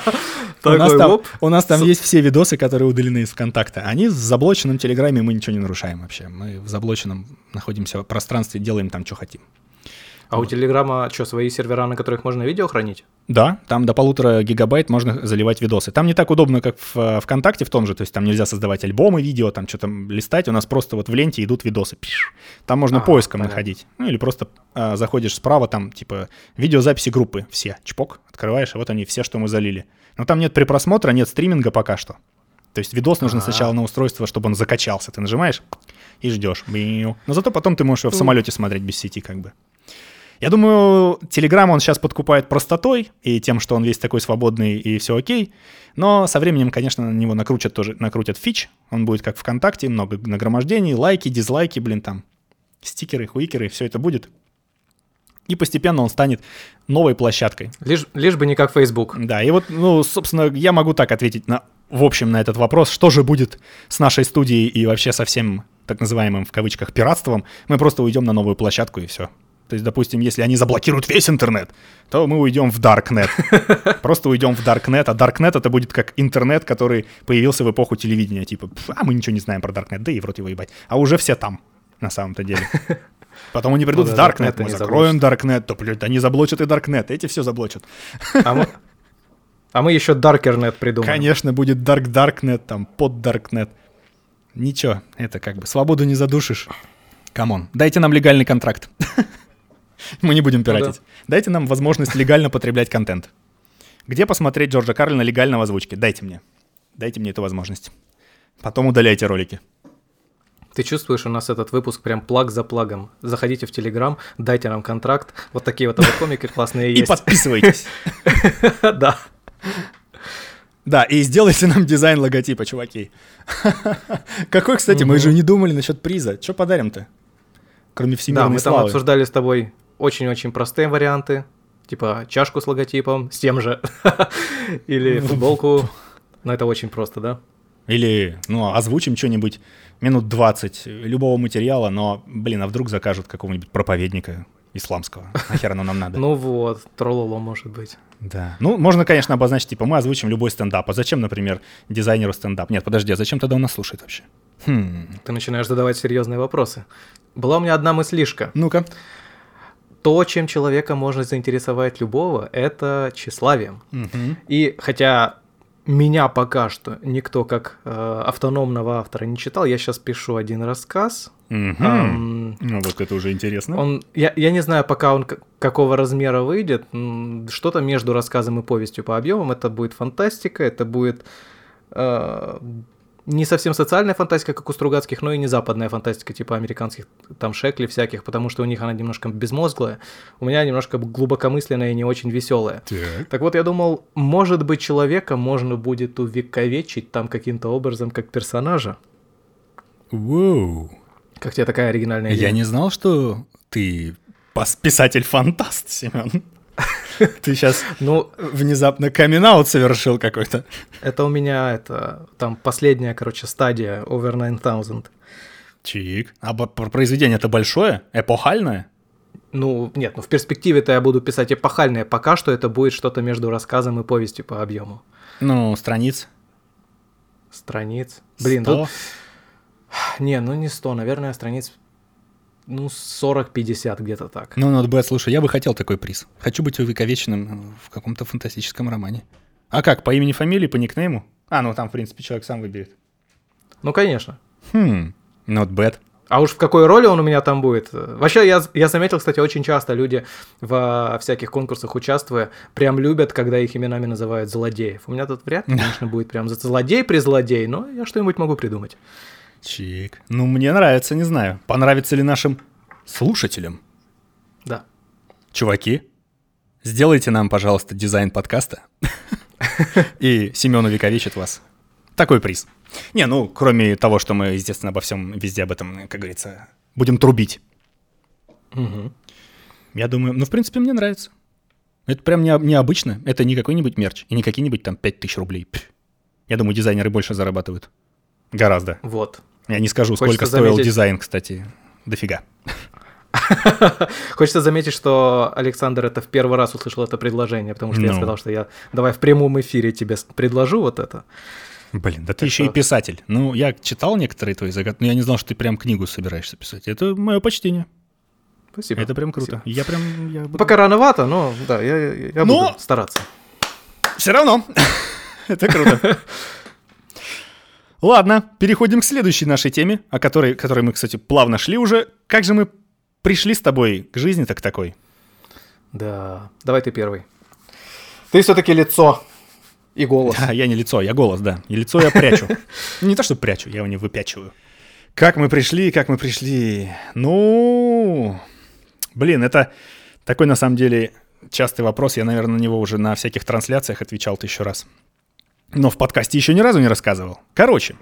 У нас там есть все видосы, которые удалены из ВКонтакта. Они в заблоченном Телеграме, мы ничего не нарушаем вообще. Мы в заблоченном находимся в пространстве, делаем там, что хотим. А у Телеграма что, свои сервера, на которых можно видео хранить? Да, там до 1,5 гигабайт можно заливать видосы. Там не так удобно, как в ВКонтакте в том же, то есть там нельзя создавать альбомы, видео, там что-то листать, у нас просто вот в ленте идут видосы. Там можно поиском находить. Или просто заходишь справа, там типа видеозаписи группы, все, чпок, открываешь, и вот они все, что мы залили. Но там нет препросмотра, нет стриминга пока что. То есть видос нужно сначала на устройство, чтобы он закачался. Ты нажимаешь и ждешь. Но зато потом ты можешь его в самолете смотреть без сети как бы. Я думаю, Telegram он сейчас подкупает простотой и тем, что он весь такой свободный и все окей. Но со временем, конечно, на него накрутят фич. Он будет как ВКонтакте, много нагромождений, лайки, дизлайки, там, стикеры, хуикеры, все это будет. И постепенно он станет новой площадкой. Лишь бы не как Facebook. Да, и вот, собственно, я могу так ответить в общем на этот вопрос. Что же будет с нашей студией и вообще со всем так называемым в кавычках пиратством? Мы просто уйдем на новую площадку и все. То есть, допустим, если они заблокируют весь интернет, то мы уйдем в Darknet. Просто уйдем в Darknet, а Darknet это будет как интернет, который появился в эпоху телевидения. Типа, мы ничего не знаем про Darknet, да и в рот его ебать. А уже все там, на самом-то деле. Потом они придут в Darknet, мы закроем Darknet, то, блядь, они заблочат и Darknet, эти все заблочат. А мы еще Darkernet придумаем. Конечно, будет Darknet, там, под Darknet. Ничего, это как бы свободу не задушишь. Камон, дайте нам легальный контракт. Мы не будем пиратить. Дайте нам возможность легально потреблять контент. Где посмотреть Джорджа Карлина легально в озвучке? Дайте мне эту возможность. Потом удаляйте ролики. Ты чувствуешь, у нас этот выпуск прям плаг за плагом. Заходите в Телеграм, дайте нам контракт. Вот такие вот комики классные есть. И подписывайтесь. Да. Да, и сделайте нам дизайн логотипа, чуваки. Какой, кстати, мы же не думали насчет приза. Что подарим-то? Кроме всемирной славы. Да, мы там обсуждали с тобой очень-очень простые варианты. Типа чашку с логотипом, с тем же. Или футболку. Но это очень просто, да? Или, озвучим что-нибудь минут 20 любого материала, но, а вдруг закажут какого-нибудь проповедника исламского. Нахер оно нам надо? троллоло может быть. Да. Можно, конечно, обозначить, типа, мы озвучим любой стендап. А зачем, например, дизайнеру стендап? Нет, подожди, а зачем тогда он нас слушает вообще? Ты начинаешь задавать серьезные вопросы. Была у меня одна мыслишка. Ну-ка. То, чем человека может заинтересовать любого, это тщеславием. Угу. И хотя меня пока что никто как автономного автора не читал, я сейчас пишу один рассказ. Угу. Вот это уже интересно. Я не знаю, пока он какого размера выйдет. Что-то между рассказом и повестью по объемам. Это будет фантастика, это будет не совсем социальная фантастика, как у Стругацких, но и не западная фантастика, типа американских там Шекли всяких, потому что у них она немножко безмозглая, у меня немножко глубокомысленная и не очень веселая. Так вот, я думал, может быть, человека можно будет увековечить там каким-то образом как персонажа. Воу. Как тебе такая оригинальная идея? Я не знал, что ты писатель-фантаст, Семен. Ты сейчас внезапно камин-аут совершил какой-то. Это у меня, там последняя, стадия over 9000. Чик. А произведение-то большое? Эпохальное? Нет, в перспективе-то я буду писать эпохальное. Пока что это будет что-то между рассказом и повестью по объему. Страниц? Страниц? Блин, 100? Не 100, наверное, страниц... 40-50, где-то так. Not слушай, я бы хотел такой приз. Хочу быть увековеченным в каком-то фантастическом романе. А как, по имени, фамилии, по никнейму? Там, в принципе, человек сам выберет. Конечно. Not bad. А уж в какой роли он у меня там будет? Вообще, я заметил, кстати, очень часто люди во всяких конкурсах участвуя, прям любят, когда их именами называют злодеев. У меня тут вряд ли, конечно, будет прям злодей-призлодей, но я что-нибудь могу придумать. Чик. Мне нравится, не знаю. Понравится ли нашим слушателям? Да. Чуваки, сделайте нам, пожалуйста, дизайн подкаста. И Семен увековечит вас. Такой приз. Кроме того, что мы, естественно, обо всем везде об этом, как говорится, будем трубить. Угу. Я думаю, в принципе, мне нравится. Это прям необычно. Это не какой-нибудь мерч и не какие-нибудь там 5000 рублей. Я думаю, дизайнеры больше зарабатывают. Гораздо. Вот. Я не скажу, сколько стоил дизайн, кстати. Дофига. Хочется заметить, что Александр это в первый раз услышал это предложение, потому что я сказал, что давай в прямом эфире тебе предложу вот это. Блин, да ты еще и писатель. Я читал некоторые твои загадки, но я не знал, что ты прям книгу собираешься писать. Это мое почтение. Спасибо. Это прям круто. Пока рановато, но да, я буду стараться. Все равно. Это круто. Ладно, переходим к следующей нашей теме, о которой мы, кстати, плавно шли уже. Как же мы пришли с тобой к жизни-то к такой? Да, давай ты первый. Ты все-таки лицо и голос. Да, я не лицо, я голос, да. И лицо я прячу. Не то, что прячу, я его не выпячиваю. Как мы пришли? Блин, это такой, на самом деле, частый вопрос. Я, наверное, на него уже на всяких трансляциях отвечал 1000 раз. Но в подкасте еще ни разу не рассказывал. Короче.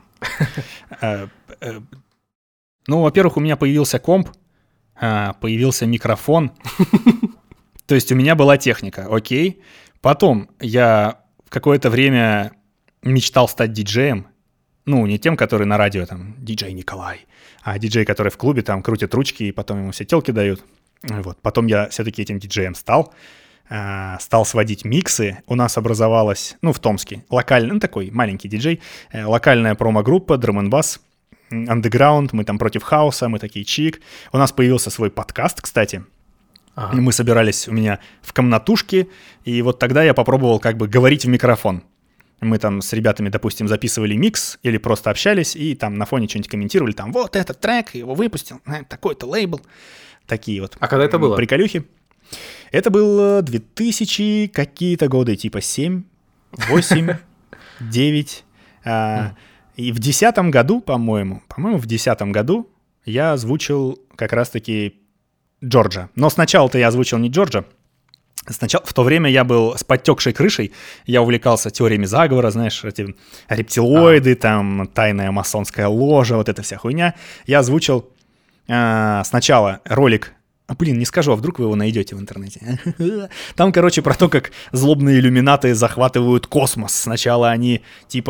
Во-первых, у меня появился комп, появился микрофон. То есть у меня была техника, окей. Потом я в какое-то время мечтал стать диджеем. Не тем, который на радио, там, диджей Николай, а диджей, который в клубе там крутит ручки, и потом ему все телки дают. Потом я все-таки этим диджеем стал сводить миксы. У нас образовалась, в Томске, локальный, такой маленький диджей, локальная промо-группа Drum & Bass, Underground, мы там против хаоса, мы такие чик. У нас появился свой подкаст, кстати. Ага. Мы собирались у меня в комнатушке, и вот тогда я попробовал говорить в микрофон. Мы там с ребятами, допустим, записывали микс или просто общались, и там на фоне что-нибудь комментировали, там, вот этот трек, его выпустил, такой-то лейбл. Такие вот. А когда это было? Приколюхи. Это было 2000 какие-то годы, типа 7, 8, 9. И в 2010 году, по-моему, в 2010 году я озвучил как раз-таки Джорджа. Но сначала-то я озвучил не Джорджа. Сначала, в то время я был с подтекшей крышей, я увлекался теориями заговора, знаешь, эти рептилоиды, там, тайная масонская ложа, вот эта вся хуйня. Я озвучил сначала ролик. Не скажу, а вдруг вы его найдете в интернете. Там, про то, как злобные иллюминаты захватывают космос. Сначала они,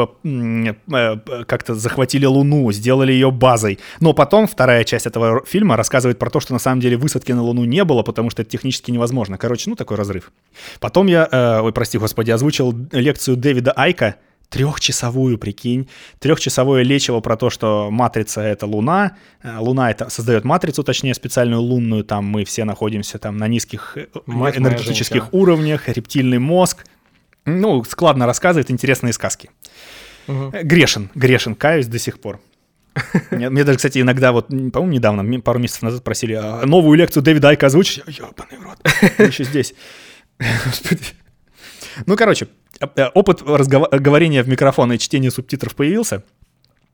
как-то захватили Луну, сделали ее базой. Но потом вторая часть этого фильма рассказывает про то, что на самом деле высадки на Луну не было, потому что это технически невозможно. Такой разрыв. Потом я, озвучил лекцию Дэвида Айка, 3-часовую, прикинь, 3-часовое лечиво про то, что матрица — это Луна, Луна это создает матрицу, точнее специальную лунную, там мы все находимся там на низких энергетических уровнях, рептильный мозг, складно рассказывает интересные сказки. Угу. Грешен, каюсь до сих пор. Мне даже, кстати, иногда, по-моему, недавно, пару месяцев назад просили новую лекцию Дэвида Айка озвучить. Ёбаный в рот, я еще здесь. Господи. Опыт говорения в микрофон и чтения субтитров появился.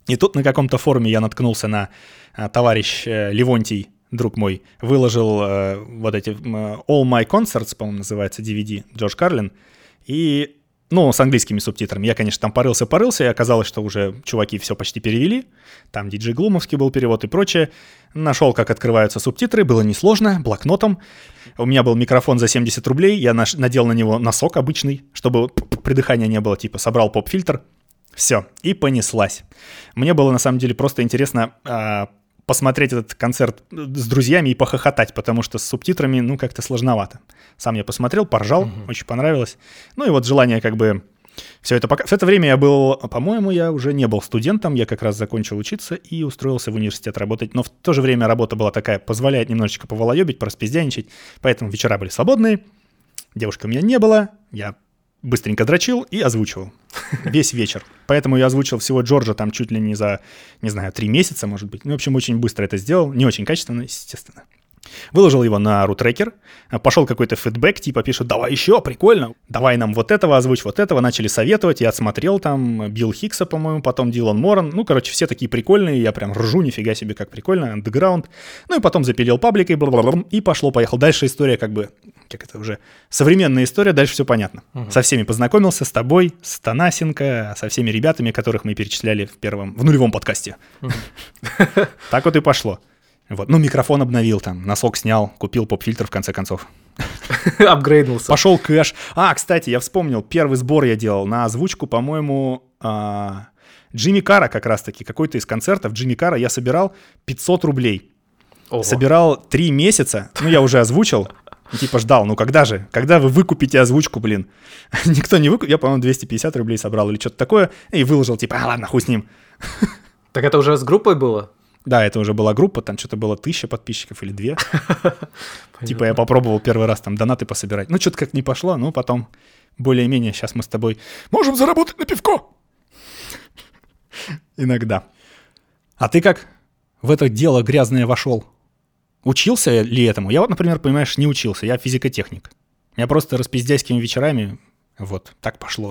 И тут на каком-то форуме я наткнулся на товарищ Левонтий, друг мой, выложил вот эти All My Concerts, по-моему, называется DVD, Джордж Карлин, и, ну, с английскими субтитрами. Я, конечно, там порылся, и оказалось, что уже чуваки все почти перевели, там DJ Глумовский был перевод и прочее. Нашел, как открываются субтитры, было несложно, блокнотом. У меня был микрофон за 70 рублей, я надел на него носок обычный, чтобы придыхания не было, типа собрал поп-фильтр, все, и понеслась. Мне было, на самом деле, просто интересно посмотреть этот концерт с друзьями и похохотать, потому что с субтитрами, ну, как-то сложновато. Сам я посмотрел, поржал, очень понравилось. Ну и вот желание как бы все это пока... В это время я был, по-моему, я уже не был студентом, я как раз закончил учиться и устроился в университет работать. Но в то же время работа была такая, позволяет немножечко поволоебить, пораспиздяничать, поэтому вечера были свободные, девушки у меня не было, я быстренько дрочил и озвучивал весь вечер. Поэтому я озвучил всего Джорджа там чуть ли не за, не знаю, 3 месяца, может быть. Ну, в общем, очень быстро это сделал. Не очень качественно, естественно. Выложил его на RuTracker. Пошел какой-то фидбэк, типа пишут, давай еще, прикольно. Давай нам вот этого, озвучь вот этого. Начали советовать. Я отсмотрел там Билл Хикса, по-моему, потом Дилан Моран. Ну, короче, все такие прикольные. Я прям ржу, нифига себе, как прикольно. Андеграунд. Ну, и потом запилил пабликой, бла-бла-бла. И пошло-поехал. Дальше история как бы, как это уже, современная история. Дальше все понятно. Со всеми познакомился, с тобой, с Танасенко, со всеми ребятами, которых мы перечисляли в нулевом подкасте. Так вот и пошло. Вот. Ну, микрофон обновил, там, носок снял, купил поп-фильтр в конце концов. Апгрейднулся. Пошел кэш. Кстати, я вспомнил, первый сбор я делал на озвучку, по-моему, Джимми Карра как раз-таки, какой-то из концертов Джимми Карра я собирал 500 рублей. Ого. Собирал 3 месяца, ну, я уже озвучил, и типа ждал, ну, когда же? Когда вы выкупите озвучку, блин? Никто не выкупил, я, по-моему, 250 рублей собрал или что-то такое, и выложил, типа, ладно, хуй с ним. Так это уже с группой было? Да, это уже была группа, там что-то было 1000 подписчиков или 2. Типа я попробовал первый раз там донаты пособирать. Ну, что-то как не пошло, но потом более-менее сейчас мы с тобой можем заработать на пивко. Иногда. А ты как в это дело грязное вошел? Учился ли этому? Я вот, например, понимаешь, не учился. Я физико-техник. Я просто распиздяйскими вечерами вот так пошло.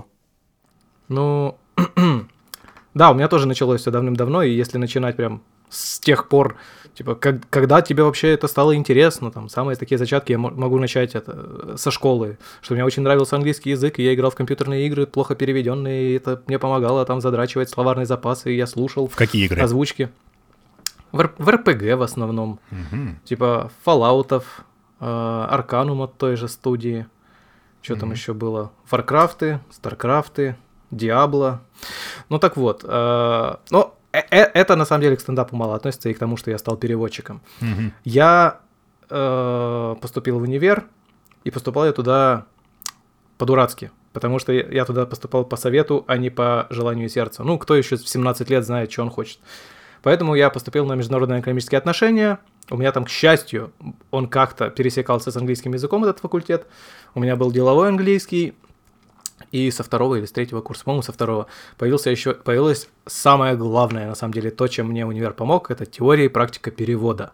Ну, да, у меня тоже началось все давным-давно, и если начинать прям с тех пор, типа, когда тебе вообще это стало интересно, там, самые такие зачатки я могу начать это со школы, что мне очень нравился английский язык, и я играл в компьютерные игры, плохо переведенные, и это мне помогало там задрачивать словарный запас, и я слушал в какие игры? Озвучки. В RPG в основном, типа Fallout'ов, Arcanum от той же студии, что там еще было, Warcraft'ы, Starcraft'ы, Diablo, ну так вот, но это, на самом деле, к стендапу мало относится и к тому, что я стал переводчиком. Я поступил в универ, и поступал я туда по-дурацки, потому что я туда поступал по совету, а не по желанию сердца. Ну, кто еще в 17 лет знает, что он хочет. Поэтому я поступил на международные экономические отношения. У меня там, к счастью, он как-то пересекался с английским языком, этот факультет. У меня был деловой английский. И со 2-го или с 3-го курса, по-моему, со 2-го, появилось самое главное, на самом деле, то, чем мне универ помог, это теория и практика перевода.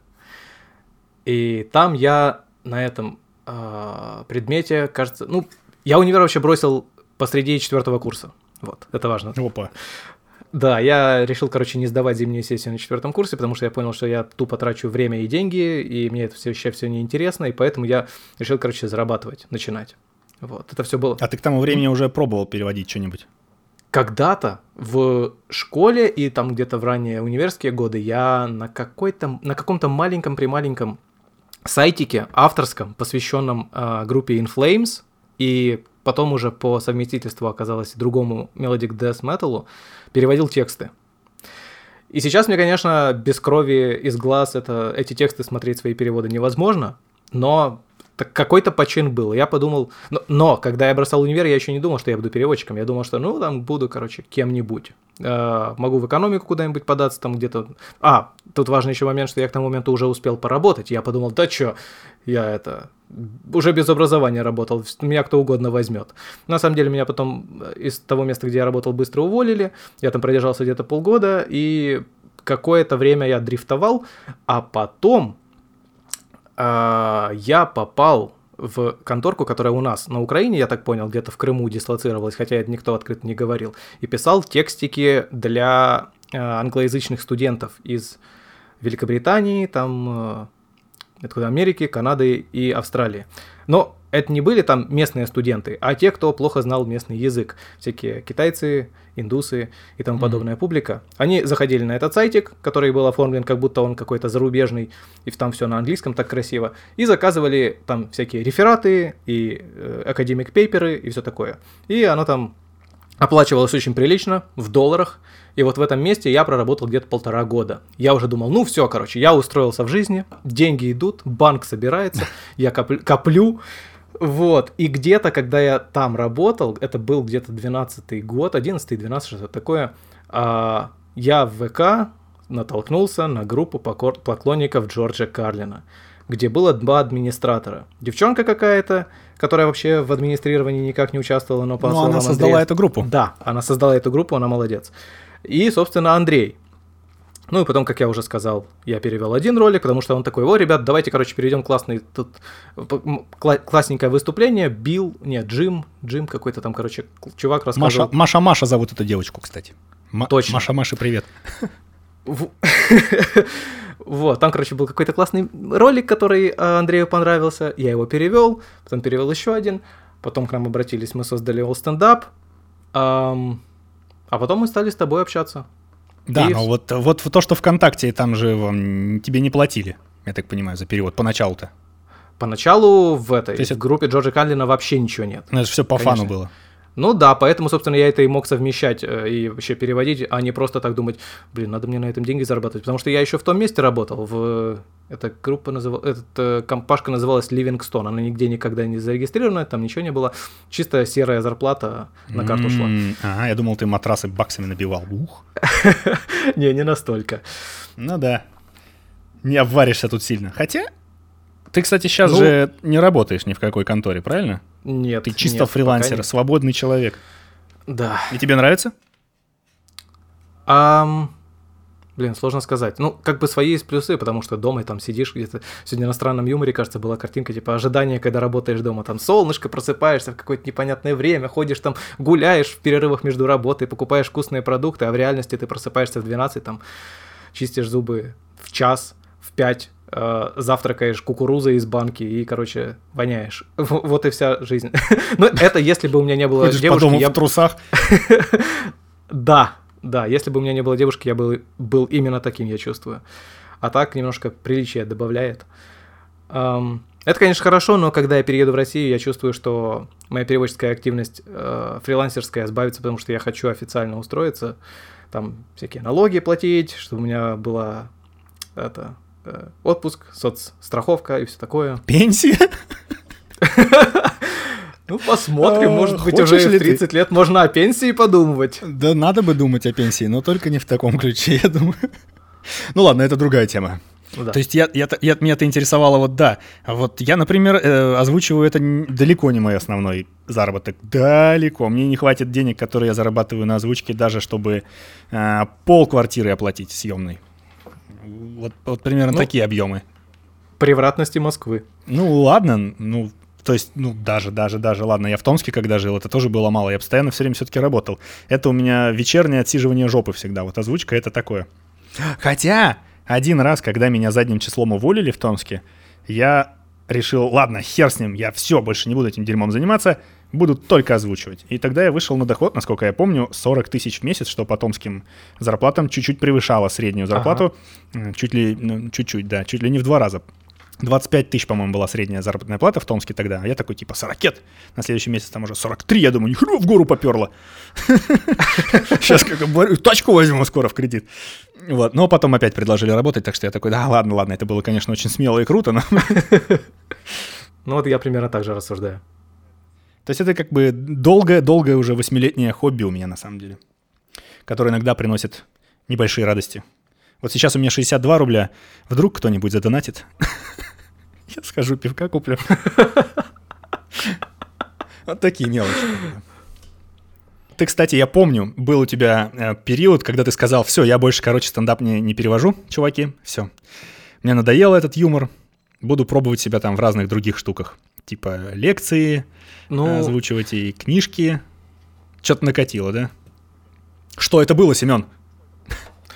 И там я на этом предмете, кажется, ну, я универ вообще бросил посреди 4-го курса. Вот, это важно. Опа. Да, я решил, короче, не сдавать зимнюю сессию на 4-м курсе, потому что я понял, что я тупо трачу время и деньги, и мне это все неинтересно, и поэтому я решил, короче, зарабатывать, начинать. Вот, это все было. А ты к тому времени уже пробовал переводить что-нибудь? Когда-то в школе и там где-то в ранние университетские годы я на каком-то маленьком-прималеньком сайтике авторском, посвященном группе In Flames, и потом уже по совместительству оказалось другому Melodic Death Metal, переводил тексты. И сейчас мне, конечно, без крови из глаз эти тексты смотреть, свои переводы невозможно, но какой-то почин был. Я подумал... Но когда я бросал универ, я еще не думал, что я буду переводчиком. Я думал, что, ну, там буду, короче, кем-нибудь. Могу в экономику куда-нибудь податься, там где-то... Тут важный еще момент, что я к тому моменту уже успел поработать. Я подумал, да что, я уже без образования работал, меня кто угодно возьмет. На самом деле, меня потом из того места, где я работал, быстро уволили. Я там продержался где-то полгода, и какое-то время я дрифтовал, а потом... я попал в конторку, которая у нас на Украине, я так понял, где-то в Крыму дислоцировалась, хотя это никто открыто не говорил, и писал текстики для англоязычных студентов из Великобритании, там, откуда Америки, Канады и Австралии. Но это не были там местные студенты, а те, кто плохо знал местный язык. Всякие китайцы, индусы и тому подобная публика. Они заходили на этот сайтик, который был оформлен, как будто он какой-то зарубежный, и там все на английском так красиво, и заказывали там всякие рефераты и академик-пейперы и все такое. И оно там оплачивалось очень прилично, в долларах. И вот в этом месте я проработал где-то 1,5 года. Я уже думал, ну все, короче, я устроился в жизни, деньги идут, банк собирается, я коплю. Вот, и где-то, когда я там работал, это был где-то 12-й год, 11-12, что-то такое, я в ВК натолкнулся на группу поклонников Джорджа Карлина, где было 2 администратора. Девчонка какая-то, которая вообще в администрировании никак не участвовала, но по словам она создала Андрея... эту группу. Да, она создала эту группу, она молодец. И, собственно, Андрей. Ну и потом, как я уже сказал, я перевел один ролик, потому что он такой: о, ребят, давайте, короче, перейдем классный, тут классненькое выступление, Джим какой-то там, короче, чувак рассказывал. Маша зовут эту девочку, кстати. Точно. Маша, привет. Вот, там, короче, был какой-то классный ролик, который Андрею понравился, я его перевел, потом перевел еще один, потом к нам обратились, мы создали All Stand Up, а потом мы стали с тобой общаться. Да, но вот то, что ВКонтакте, там же тебе не платили, я так понимаю, за перевод, поначалу-то. Поначалу в группе Джорджа Карлина вообще ничего нет. Ну, это все по фану было. Ну да, поэтому, собственно, я это и мог совмещать и вообще переводить, а не просто так думать, надо мне на этом деньги зарабатывать. Потому что я еще в том месте работал, эта группа компашка называлась Livingstone, она нигде никогда не зарегистрирована, там ничего не было, чисто серая зарплата на карту шла. Ага, я думал, ты матрасы баксами набивал. Ух. Не настолько. Ну да, не обваришься тут сильно. Хотя... Ты, кстати, сейчас же не работаешь ни в какой конторе, правильно? Нет. Ты чисто фрилансер, свободный человек. Да. И тебе нравится? Сложно сказать. Ну, как бы свои есть плюсы, потому что дома там сидишь где-то. Сегодня на странном юморе, кажется, была картинка, типа ожидание, когда работаешь дома. Там солнышко, просыпаешься в какое-то непонятное время, ходишь там, гуляешь в перерывах между работой, покупаешь вкусные продукты, а в реальности ты просыпаешься в 12, там, чистишь зубы в 1, в 5, завтракаешь кукурузой из банки и, короче, воняешь. Вот и вся жизнь. Ну, это если бы у меня не было девушки... Ходишь по дому в трусах? Да, если бы у меня не было девушки, я был именно таким, я чувствую. А так немножко приличия добавляет. Это, конечно, хорошо, но когда я перееду в Россию, я чувствую, что моя переводческая активность фрилансерская сбавится, потому что я хочу официально устроиться, там всякие налоги платить, чтобы у меня была отпуск, соцстраховка и все такое. Пенсия? Ну, посмотрим, может быть, уже в 30 лет можно о пенсии подумывать. Да, надо бы думать о пенсии, но только не в таком ключе, я думаю. Ну ладно, это другая тема. То есть меня-то интересовало, вот я, например, озвучиваю, это далеко не мой основной заработок, далеко. Мне не хватит денег, которые я зарабатываю на озвучке, даже чтобы полквартиры оплатить съемной. Вот примерно такие объемы. Превратности Москвы. Ну ладно, то есть, даже, ладно, я в Томске когда жил, это тоже было мало, я постоянно все время все-таки работал. Это у меня вечернее отсиживание жопы всегда, вот озвучка это такое. Хотя, один раз, когда меня задним числом уволили в Томске, я решил, ладно, хер с ним, я все, больше не буду этим дерьмом заниматься, буду только озвучивать. И тогда я вышел на доход, насколько я помню, 40 тысяч в месяц, что по томским зарплатам чуть-чуть превышало среднюю зарплату. Чуть ли не в 2 раза. 25 тысяч, по-моему, была средняя заработная плата в Томске тогда. А я такой, типа, 40. На следующий месяц там уже 43. Я думаю, нихрена в гору поперло. Сейчас тачку возьму скоро в кредит. Вот. Но потом опять предложили работать, так что я такой, да, ладно. Это было, конечно, очень смело и круто, но... Ну вот я примерно так же рассуждаю. То есть это как бы долгое уже 8-летнее хобби у меня на самом деле, которое иногда приносит небольшие радости. Вот сейчас у меня 62 рубля. Вдруг кто-нибудь задонатит? Я схожу пивка куплю. Вот такие мелочи. Ты, кстати, я помню, был у тебя период, когда ты сказал, все, я больше, стендап не перевожу, чуваки, все. Мне надоело этот юмор, буду пробовать себя там в разных других штуках. Типа лекции, озвучивать и книжки. Что-то накатило, да? Что это было, Семен?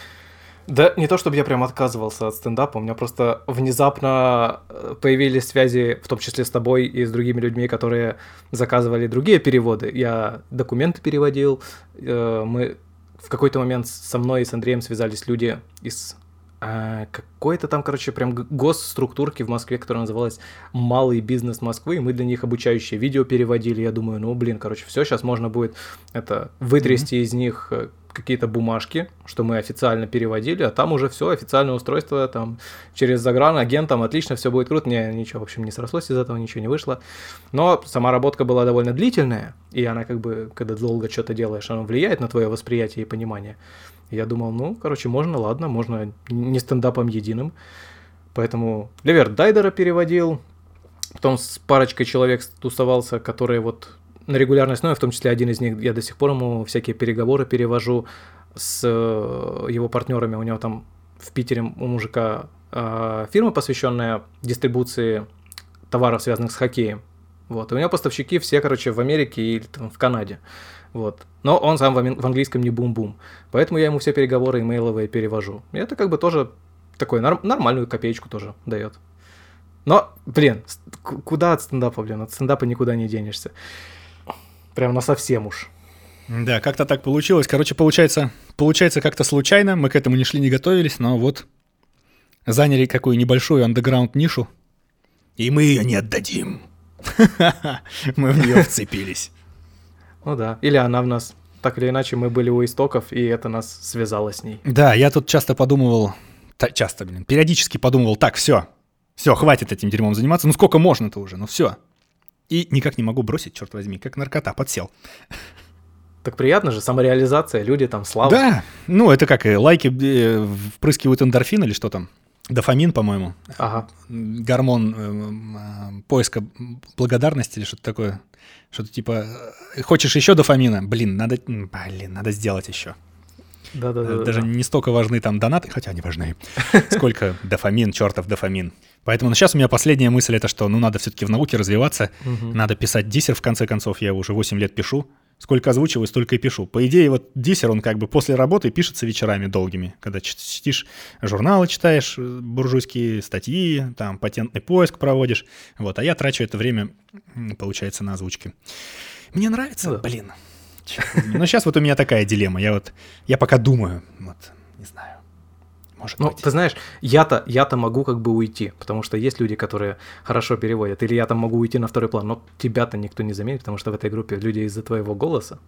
Да, не то чтобы я прям отказывался от стендапа, у меня просто внезапно появились связи, в том числе с тобой и с другими людьми, которые заказывали другие переводы. Я документы переводил, мы в какой-то момент со мной и с Андреем связались люди из какой-то там, короче, прям госструктурки в Москве, которая называлась «Малый бизнес Москвы», и мы для них обучающие видео переводили. Я думаю, ну, блин, короче, все, сейчас можно будет это вытрясти из них какие-то бумажки, что мы официально переводили, а там уже все, официальное устройство, там, через загранагент, там, отлично, все будет круто. Мне ничего, в общем, не срослось из этого, ничего не вышло. Но сама работка была довольно длительная, и она как бы, когда долго что-то делаешь, она влияет на твое восприятие и понимание. Я думал, ну, короче, можно, ладно, можно не стендапом единым. Поэтому Леверт Дайдера переводил, потом с парочкой человек тусовался, которые вот на регулярной основе, в том числе один из них, я до сих пор ему всякие переговоры перевожу с его партнерами. У него там в Питере у мужика фирма, посвященная дистрибуции товаров, связанных с хоккеем. Вот. И у него поставщики все, короче, в Америке или там, в Канаде. Вот. Но он сам в английском не бум-бум. Поэтому я ему все переговоры имейловые перевожу. И это как бы тоже такой нормальную копеечку тоже дает. Но, блин, куда от стендапа, блин? От стендапа никуда не денешься. Прям насовсем уж. Да, как-то так получилось. Короче, получается как-то случайно. Мы к этому не шли, не готовились, но вот заняли какую небольшую андеграунд-нишу. И мы ее не отдадим. Мы в нее вцепились. Ну да, или она в нас. Так или иначе, мы были у истоков, и это нас связало с ней. Да, я тут периодически подумывал, так, все, хватит этим дерьмом заниматься, ну сколько можно-то уже, ну все. И никак не могу бросить, черт возьми, как наркота, подсел. Так приятно же, самореализация, люди там, слава. Да, ну это как, лайки впрыскивают эндорфин или что там? Дофамин, по-моему. Ага. Гормон поиска благодарности или что-то такое. Что-то типа, хочешь еще дофамина? Надо сделать еще. Да. Даже не столько важны там донаты, хотя они важны, сколько дофамин, чертов дофамин. Поэтому сейчас у меня последняя мысль это, что надо все-таки в науке развиваться, надо писать диссер, в конце концов, я уже 8 лет пишу. Сколько озвучиваю, столько и пишу. По идее, вот диссер, он как бы после работы пишется вечерами долгими, когда чтишь журналы, читаешь буржуйские статьи, там патентный поиск проводишь. Вот, а я трачу это время, получается, на озвучки. Мне нравится, блин. Но сейчас вот у меня такая дилемма. Я пока думаю, вот, не знаю. Может быть. Ты знаешь, я-то могу как бы уйти, потому что есть люди, которые хорошо переводят, или я там могу уйти на второй план, но тебя-то никто не заметит, потому что в этой группе люди из-за твоего голоса.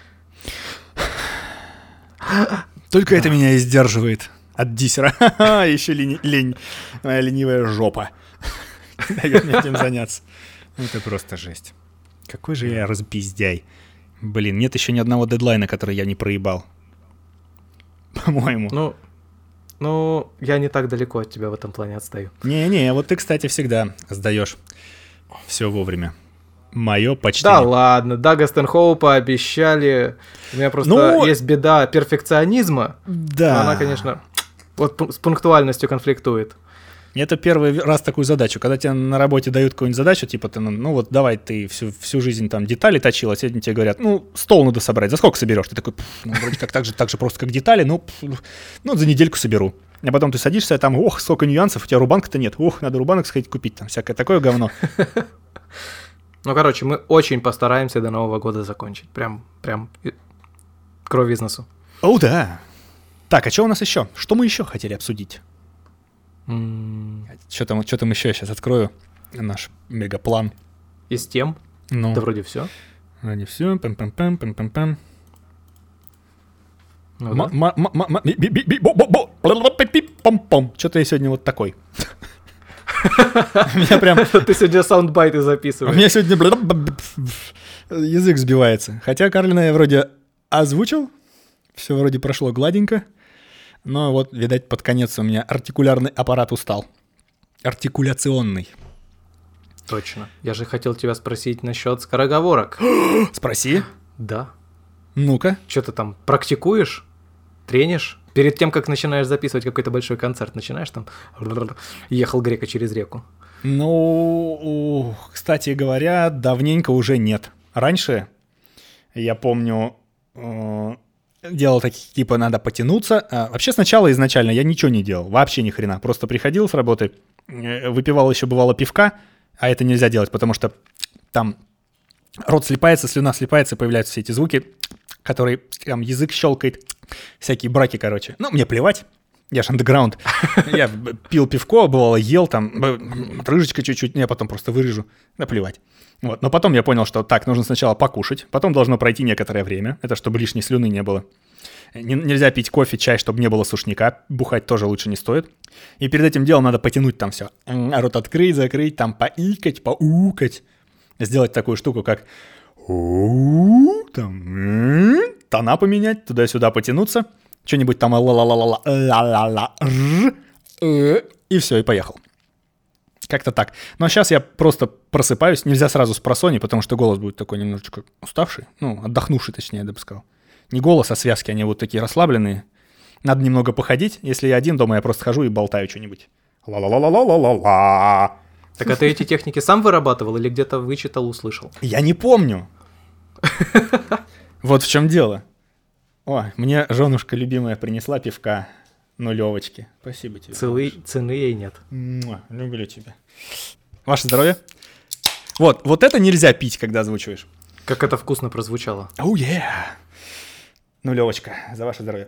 Только это меня и сдерживает от диссера. Еще лень, моя ленивая жопа дает мне этим заняться. Это просто жесть. Какой же я разбиздяй. Блин, нет еще ни одного дедлайна, который я не проебал. По-моему. Ну, я не так далеко от тебя в этом плане отстаю. Не, вот ты, кстати, всегда сдаешь все вовремя. Мое почтение. Да ладно, Дага Стэнхоупа обещали. У меня просто есть беда перфекционизма. Да. Она, конечно, вот с пунктуальностью конфликтует. Это первый раз такую задачу, когда тебе на работе дают какую-нибудь задачу, типа, ты, вот давай ты всю жизнь там детали точил, а сегодня тебе говорят, стол надо собрать, за сколько соберешь? Ты такой, вроде как так же просто, как детали, за недельку соберу. А потом ты садишься, там, сколько нюансов, у тебя рубанка-то нет, надо рубанок сходить купить, там всякое такое говно. Короче, мы очень постараемся до Нового года закончить, прям кровь из носу. О, да. Так, а что у нас еще? Что мы еще хотели обсудить? Что там еще? Я сейчас открою наш мегаплан. Из тем? Да вроде все. Вроде все. Пам-пам-пам. Что-то я сегодня вот такой. Меня прям... Ты сегодня саундбайты записываешь. У меня сегодня язык сбивается. Хотя Карлина я вроде озвучил. Все вроде прошло гладенько. Но вот, видать, под конец у меня артикулярный аппарат устал. Артикуляционный. Точно. Я же хотел тебя спросить насчет скороговорок. Спроси. Да. Ну-ка. Что ты там практикуешь? Тренишь? Перед тем, как начинаешь записывать какой-то большой концерт, начинаешь там «Ехал грека через реку». Кстати говоря, давненько уже нет. Раньше, я помню, делал такие, типа, надо потянуться. Вообще сначала изначально я ничего не делал, вообще ни хрена. Просто приходил с работы, выпивал еще бывало пивка, а это нельзя делать, потому что там рот слипается, слюна слипается, появляются все эти звуки, которые там язык щелкает, всякие браки, короче. Ну, мне плевать. Я ж андеграунд. Я пил пивко, бывало, ел там, рыжечка чуть-чуть, я потом просто вырежу. Да плевать. Вот. Но потом я понял, что так, нужно сначала покушать, потом должно пройти некоторое время, это чтобы лишней слюны не было. Нельзя пить кофе, чай, чтобы не было сушняка, бухать тоже лучше не стоит. И перед этим делом надо потянуть там все. Рот открыть, закрыть, там поикать, поукать. Сделать такую штуку, как там, тона поменять, туда-сюда потянуться. Что-нибудь там и все, и поехал. Как-то так. Но сейчас я просто просыпаюсь, нельзя сразу с просони, потому что голос будет такой немножечко уставший, ну, отдохнувший, точнее, я бы сказал. Не голос, а связки, они вот такие расслабленные. Надо немного походить. Если я один дома, я просто хожу и болтаю что-нибудь. Ла-ла-ла-ла-ла-ла-ла. Так а ты эти техники сам вырабатывал или где-то вычитал, услышал? Я не помню. Вот в чем дело. О, мне женушка любимая принесла пивка нулевочки. Спасибо тебе. Цены ей нет. Люблю тебя. Ваше здоровье. Вот это нельзя пить, когда озвучиваешь. Как это вкусно прозвучало. Оу, нулевочка за ваше здоровье.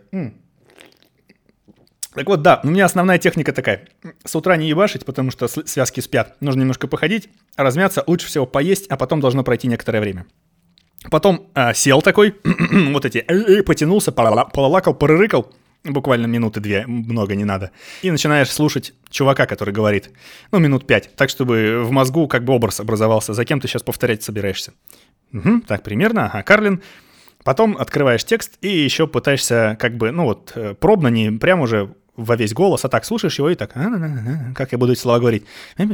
Так вот, да, у меня основная техника такая. С утра не ебашить, потому что связки спят. Нужно немножко походить, размяться, лучше всего поесть, а потом должно пройти некоторое время. Потом сел такой, вот эти, потянулся, полалакал, порырыкал, буквально минуты 2, много не надо. И начинаешь слушать чувака, который говорит, минут 5, так, чтобы в мозгу как бы образ образовался, за кем ты сейчас повторять собираешься. Так примерно, Карлин. Потом открываешь текст и еще пытаешься как бы, пробно, не прям уже во весь голос, а так слушаешь его и так, как я буду эти слова говорить.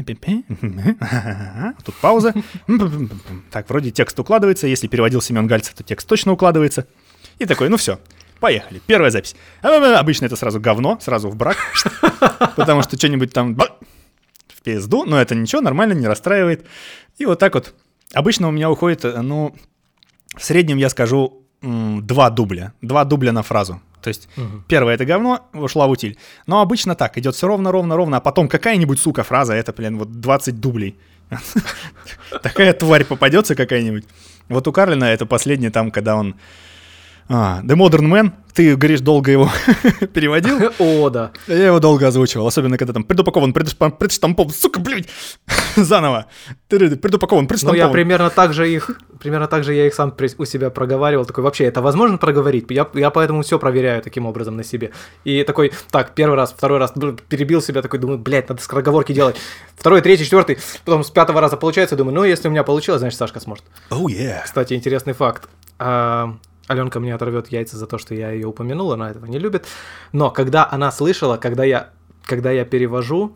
Тут пауза. Так, вроде текст укладывается. Если переводил Семен Гальцев, то текст точно укладывается. И такой, все, поехали. Первая запись. Обычно это сразу говно, сразу в брак. Потому что что-нибудь там в пизду, но это ничего, нормально, не расстраивает. И вот так вот. Обычно у меня уходит, в среднем я скажу 2 дубля. 2 дубля на фразу. То есть первое это говно, ушла в утиль. Но обычно так, идет все ровно, а потом какая-нибудь, сука, фраза, это, 20 дублей. Такая тварь попадется какая-нибудь. Вот у Карлина это последнее там, когда он... The Modern Man, ты, говоришь, долго его переводил? О, да. Я его долго озвучивал, особенно когда там предупакован, предштампован, сука, блядь, заново. Предупакован, предштампован. Я примерно так же я их сам у себя проговаривал. Такой, вообще, это возможно проговорить? Я поэтому все проверяю таким образом на себе. И такой, так, первый раз, второй раз, перебил себя, такой, думаю, блядь, надо скороговорки делать. Второй, третий, четвертый, потом с 5-го раза получается, думаю, если у меня получилось, значит, Сашка сможет. Oh, yeah. Кстати, интересный факт. Аленка мне оторвет яйца за то, что я ее упомянул, она этого не любит. Но когда она слышала, когда я перевожу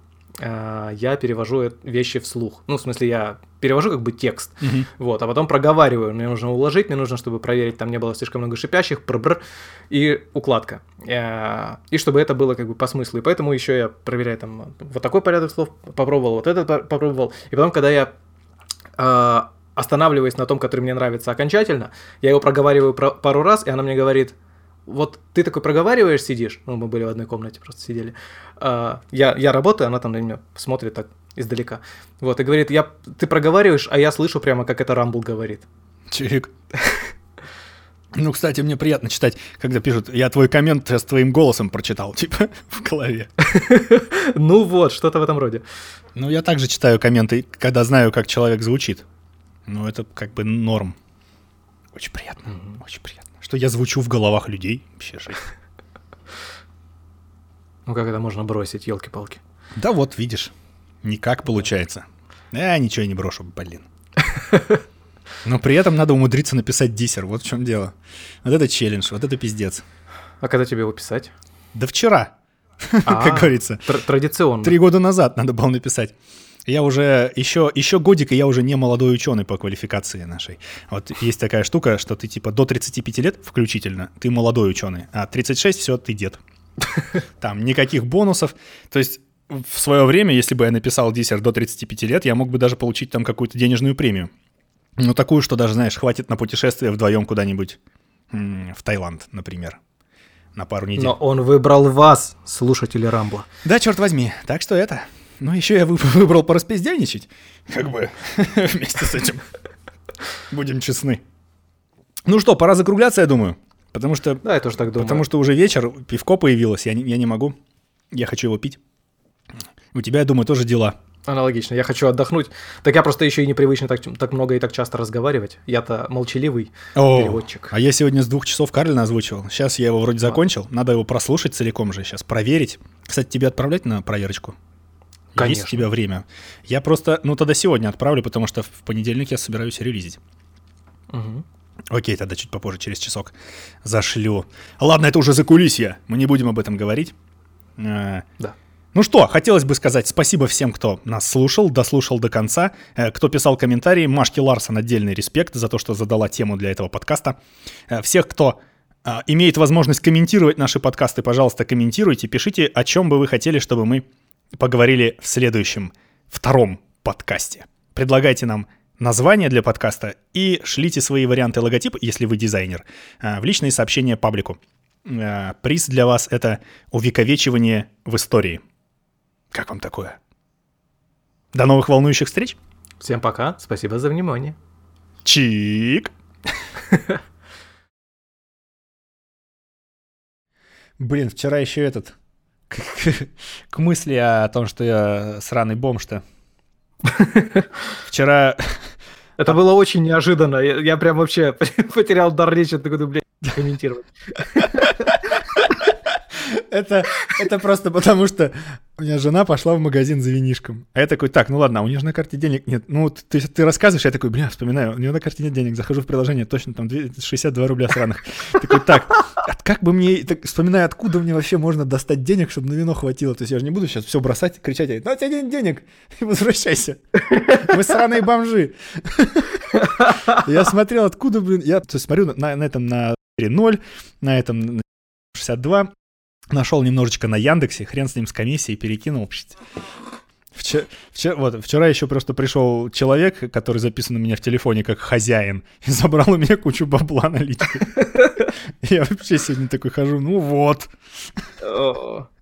вещи вслух. В смысле, я перевожу как бы текст, вот, а потом проговариваю. Мне нужно уложить, мне нужно, чтобы проверить, там не было слишком много шипящих, и укладка. И чтобы это было как бы по смыслу. И поэтому еще я проверяю там вот такой порядок слов, попробовал, вот этот попробовал. И потом, когда я останавливаясь на том, который мне нравится окончательно, я его проговариваю пару раз, и она мне говорит, вот ты такой проговариваешь, сидишь, мы были в одной комнате, просто сидели, я работаю, она там на меня смотрит так издалека, вот, и говорит, ты проговариваешь, а я слышу прямо, как это Рамбл говорит. Чик. Кстати, мне приятно читать, когда пишут, я твой коммент сейчас твоим голосом прочитал, типа, в голове. Что-то в этом роде. Я также читаю комменты, когда знаю, как человек звучит. Это как бы норм. Очень приятно, очень приятно. Что я звучу в головах людей. Вообще жесть. Как это можно бросить, елки-палки? Да вот, видишь. Никак получается. Ничего не брошу, блин. Но при этом надо умудриться написать диссер. Вот в чем дело. Вот это челлендж, вот это пиздец. А когда тебе его писать? Да вчера, как говорится. Традиционно. 3 года назад надо было написать. Я уже, еще годик, и я уже не молодой ученый по квалификации нашей. Вот есть такая штука, что ты типа до 35 лет включительно, ты молодой ученый, а 36 все, ты дед. Там никаких бонусов. То есть в свое время, если бы я написал диссер до 35 лет, я мог бы даже получить там какую-то денежную премию. Такую, что даже, знаешь, хватит на путешествие вдвоем куда-нибудь. в Таиланд, например, на пару недель. Но он выбрал вас, слушатели Рамбла. Да, черт возьми. Так что это. Ну, еще я выбрал пораспиздяйничать. Как бы вместе с этим. Будем честны. Ну что, пора закругляться, я думаю. Потому что... Да, я тоже так думаю. Потому что уже вечер, пивко появилось, я не могу. Я хочу его пить. У тебя, я думаю, тоже дела. Аналогично. Я хочу отдохнуть. Так я просто еще и непривычно так много и так часто разговаривать. Я-то молчаливый переводчик. А я сегодня с 2 часов Карлина озвучивал. Сейчас я его вроде закончил. Надо его прослушать целиком же сейчас, проверить. Кстати, тебе отправлять на проверочку? Конечно. Есть у тебя время? Я просто, тогда сегодня отправлю, потому что в понедельник я собираюсь релизить. Угу. Окей, тогда чуть попозже, через часок зашлю. Ладно, это уже закулисье. Мы не будем об этом говорить. Да. Ну что, хотелось бы сказать спасибо всем, кто нас слушал, дослушал до конца, кто писал комментарии. Машке Ларсон отдельный респект за то, что задала тему для этого подкаста. Всех, кто имеет возможность комментировать наши подкасты, пожалуйста, комментируйте, пишите, о чем бы вы хотели, чтобы мы поговорили в следующем, 2-м подкасте. Предлагайте нам название для подкаста и шлите свои варианты логотипа, если вы дизайнер, в личные сообщения паблику. Приз для вас — это увековечивание в истории. Как вам такое? До новых волнующих встреч. Всем пока. Спасибо за внимание. Чик. Блин, вчера еще к мысли о том, что я сраный бомж-то. Вчера... Это было очень неожиданно. Я прям вообще потерял дар речи, такой, блядь, комментировать. Это просто потому, что у меня жена пошла в магазин за винишком. А я такой, так, ну ладно, у нее же на карте денег нет. Ну, ты рассказываешь, я такой, вспоминаю, у нее на карте нет денег. Захожу в приложение, точно там 62 рубля сраных. Такой, так, как бы мне, вспоминаю, откуда мне вообще можно достать денег, чтобы на вино хватило. То есть я же не буду сейчас все бросать, кричать, ну, у тебя нет денег, возвращайся. Мы сраные бомжи. Я смотрел, откуда, я смотрю на этом на 0, на этом на 62. Нашел немножечко на Яндексе, хрен с ним с комиссией, перекинул. Вчера еще просто пришел человек, который записан у меня в телефоне как хозяин, и забрал у меня кучу бабла наличкой. Я вообще сегодня такой хожу, ну вот.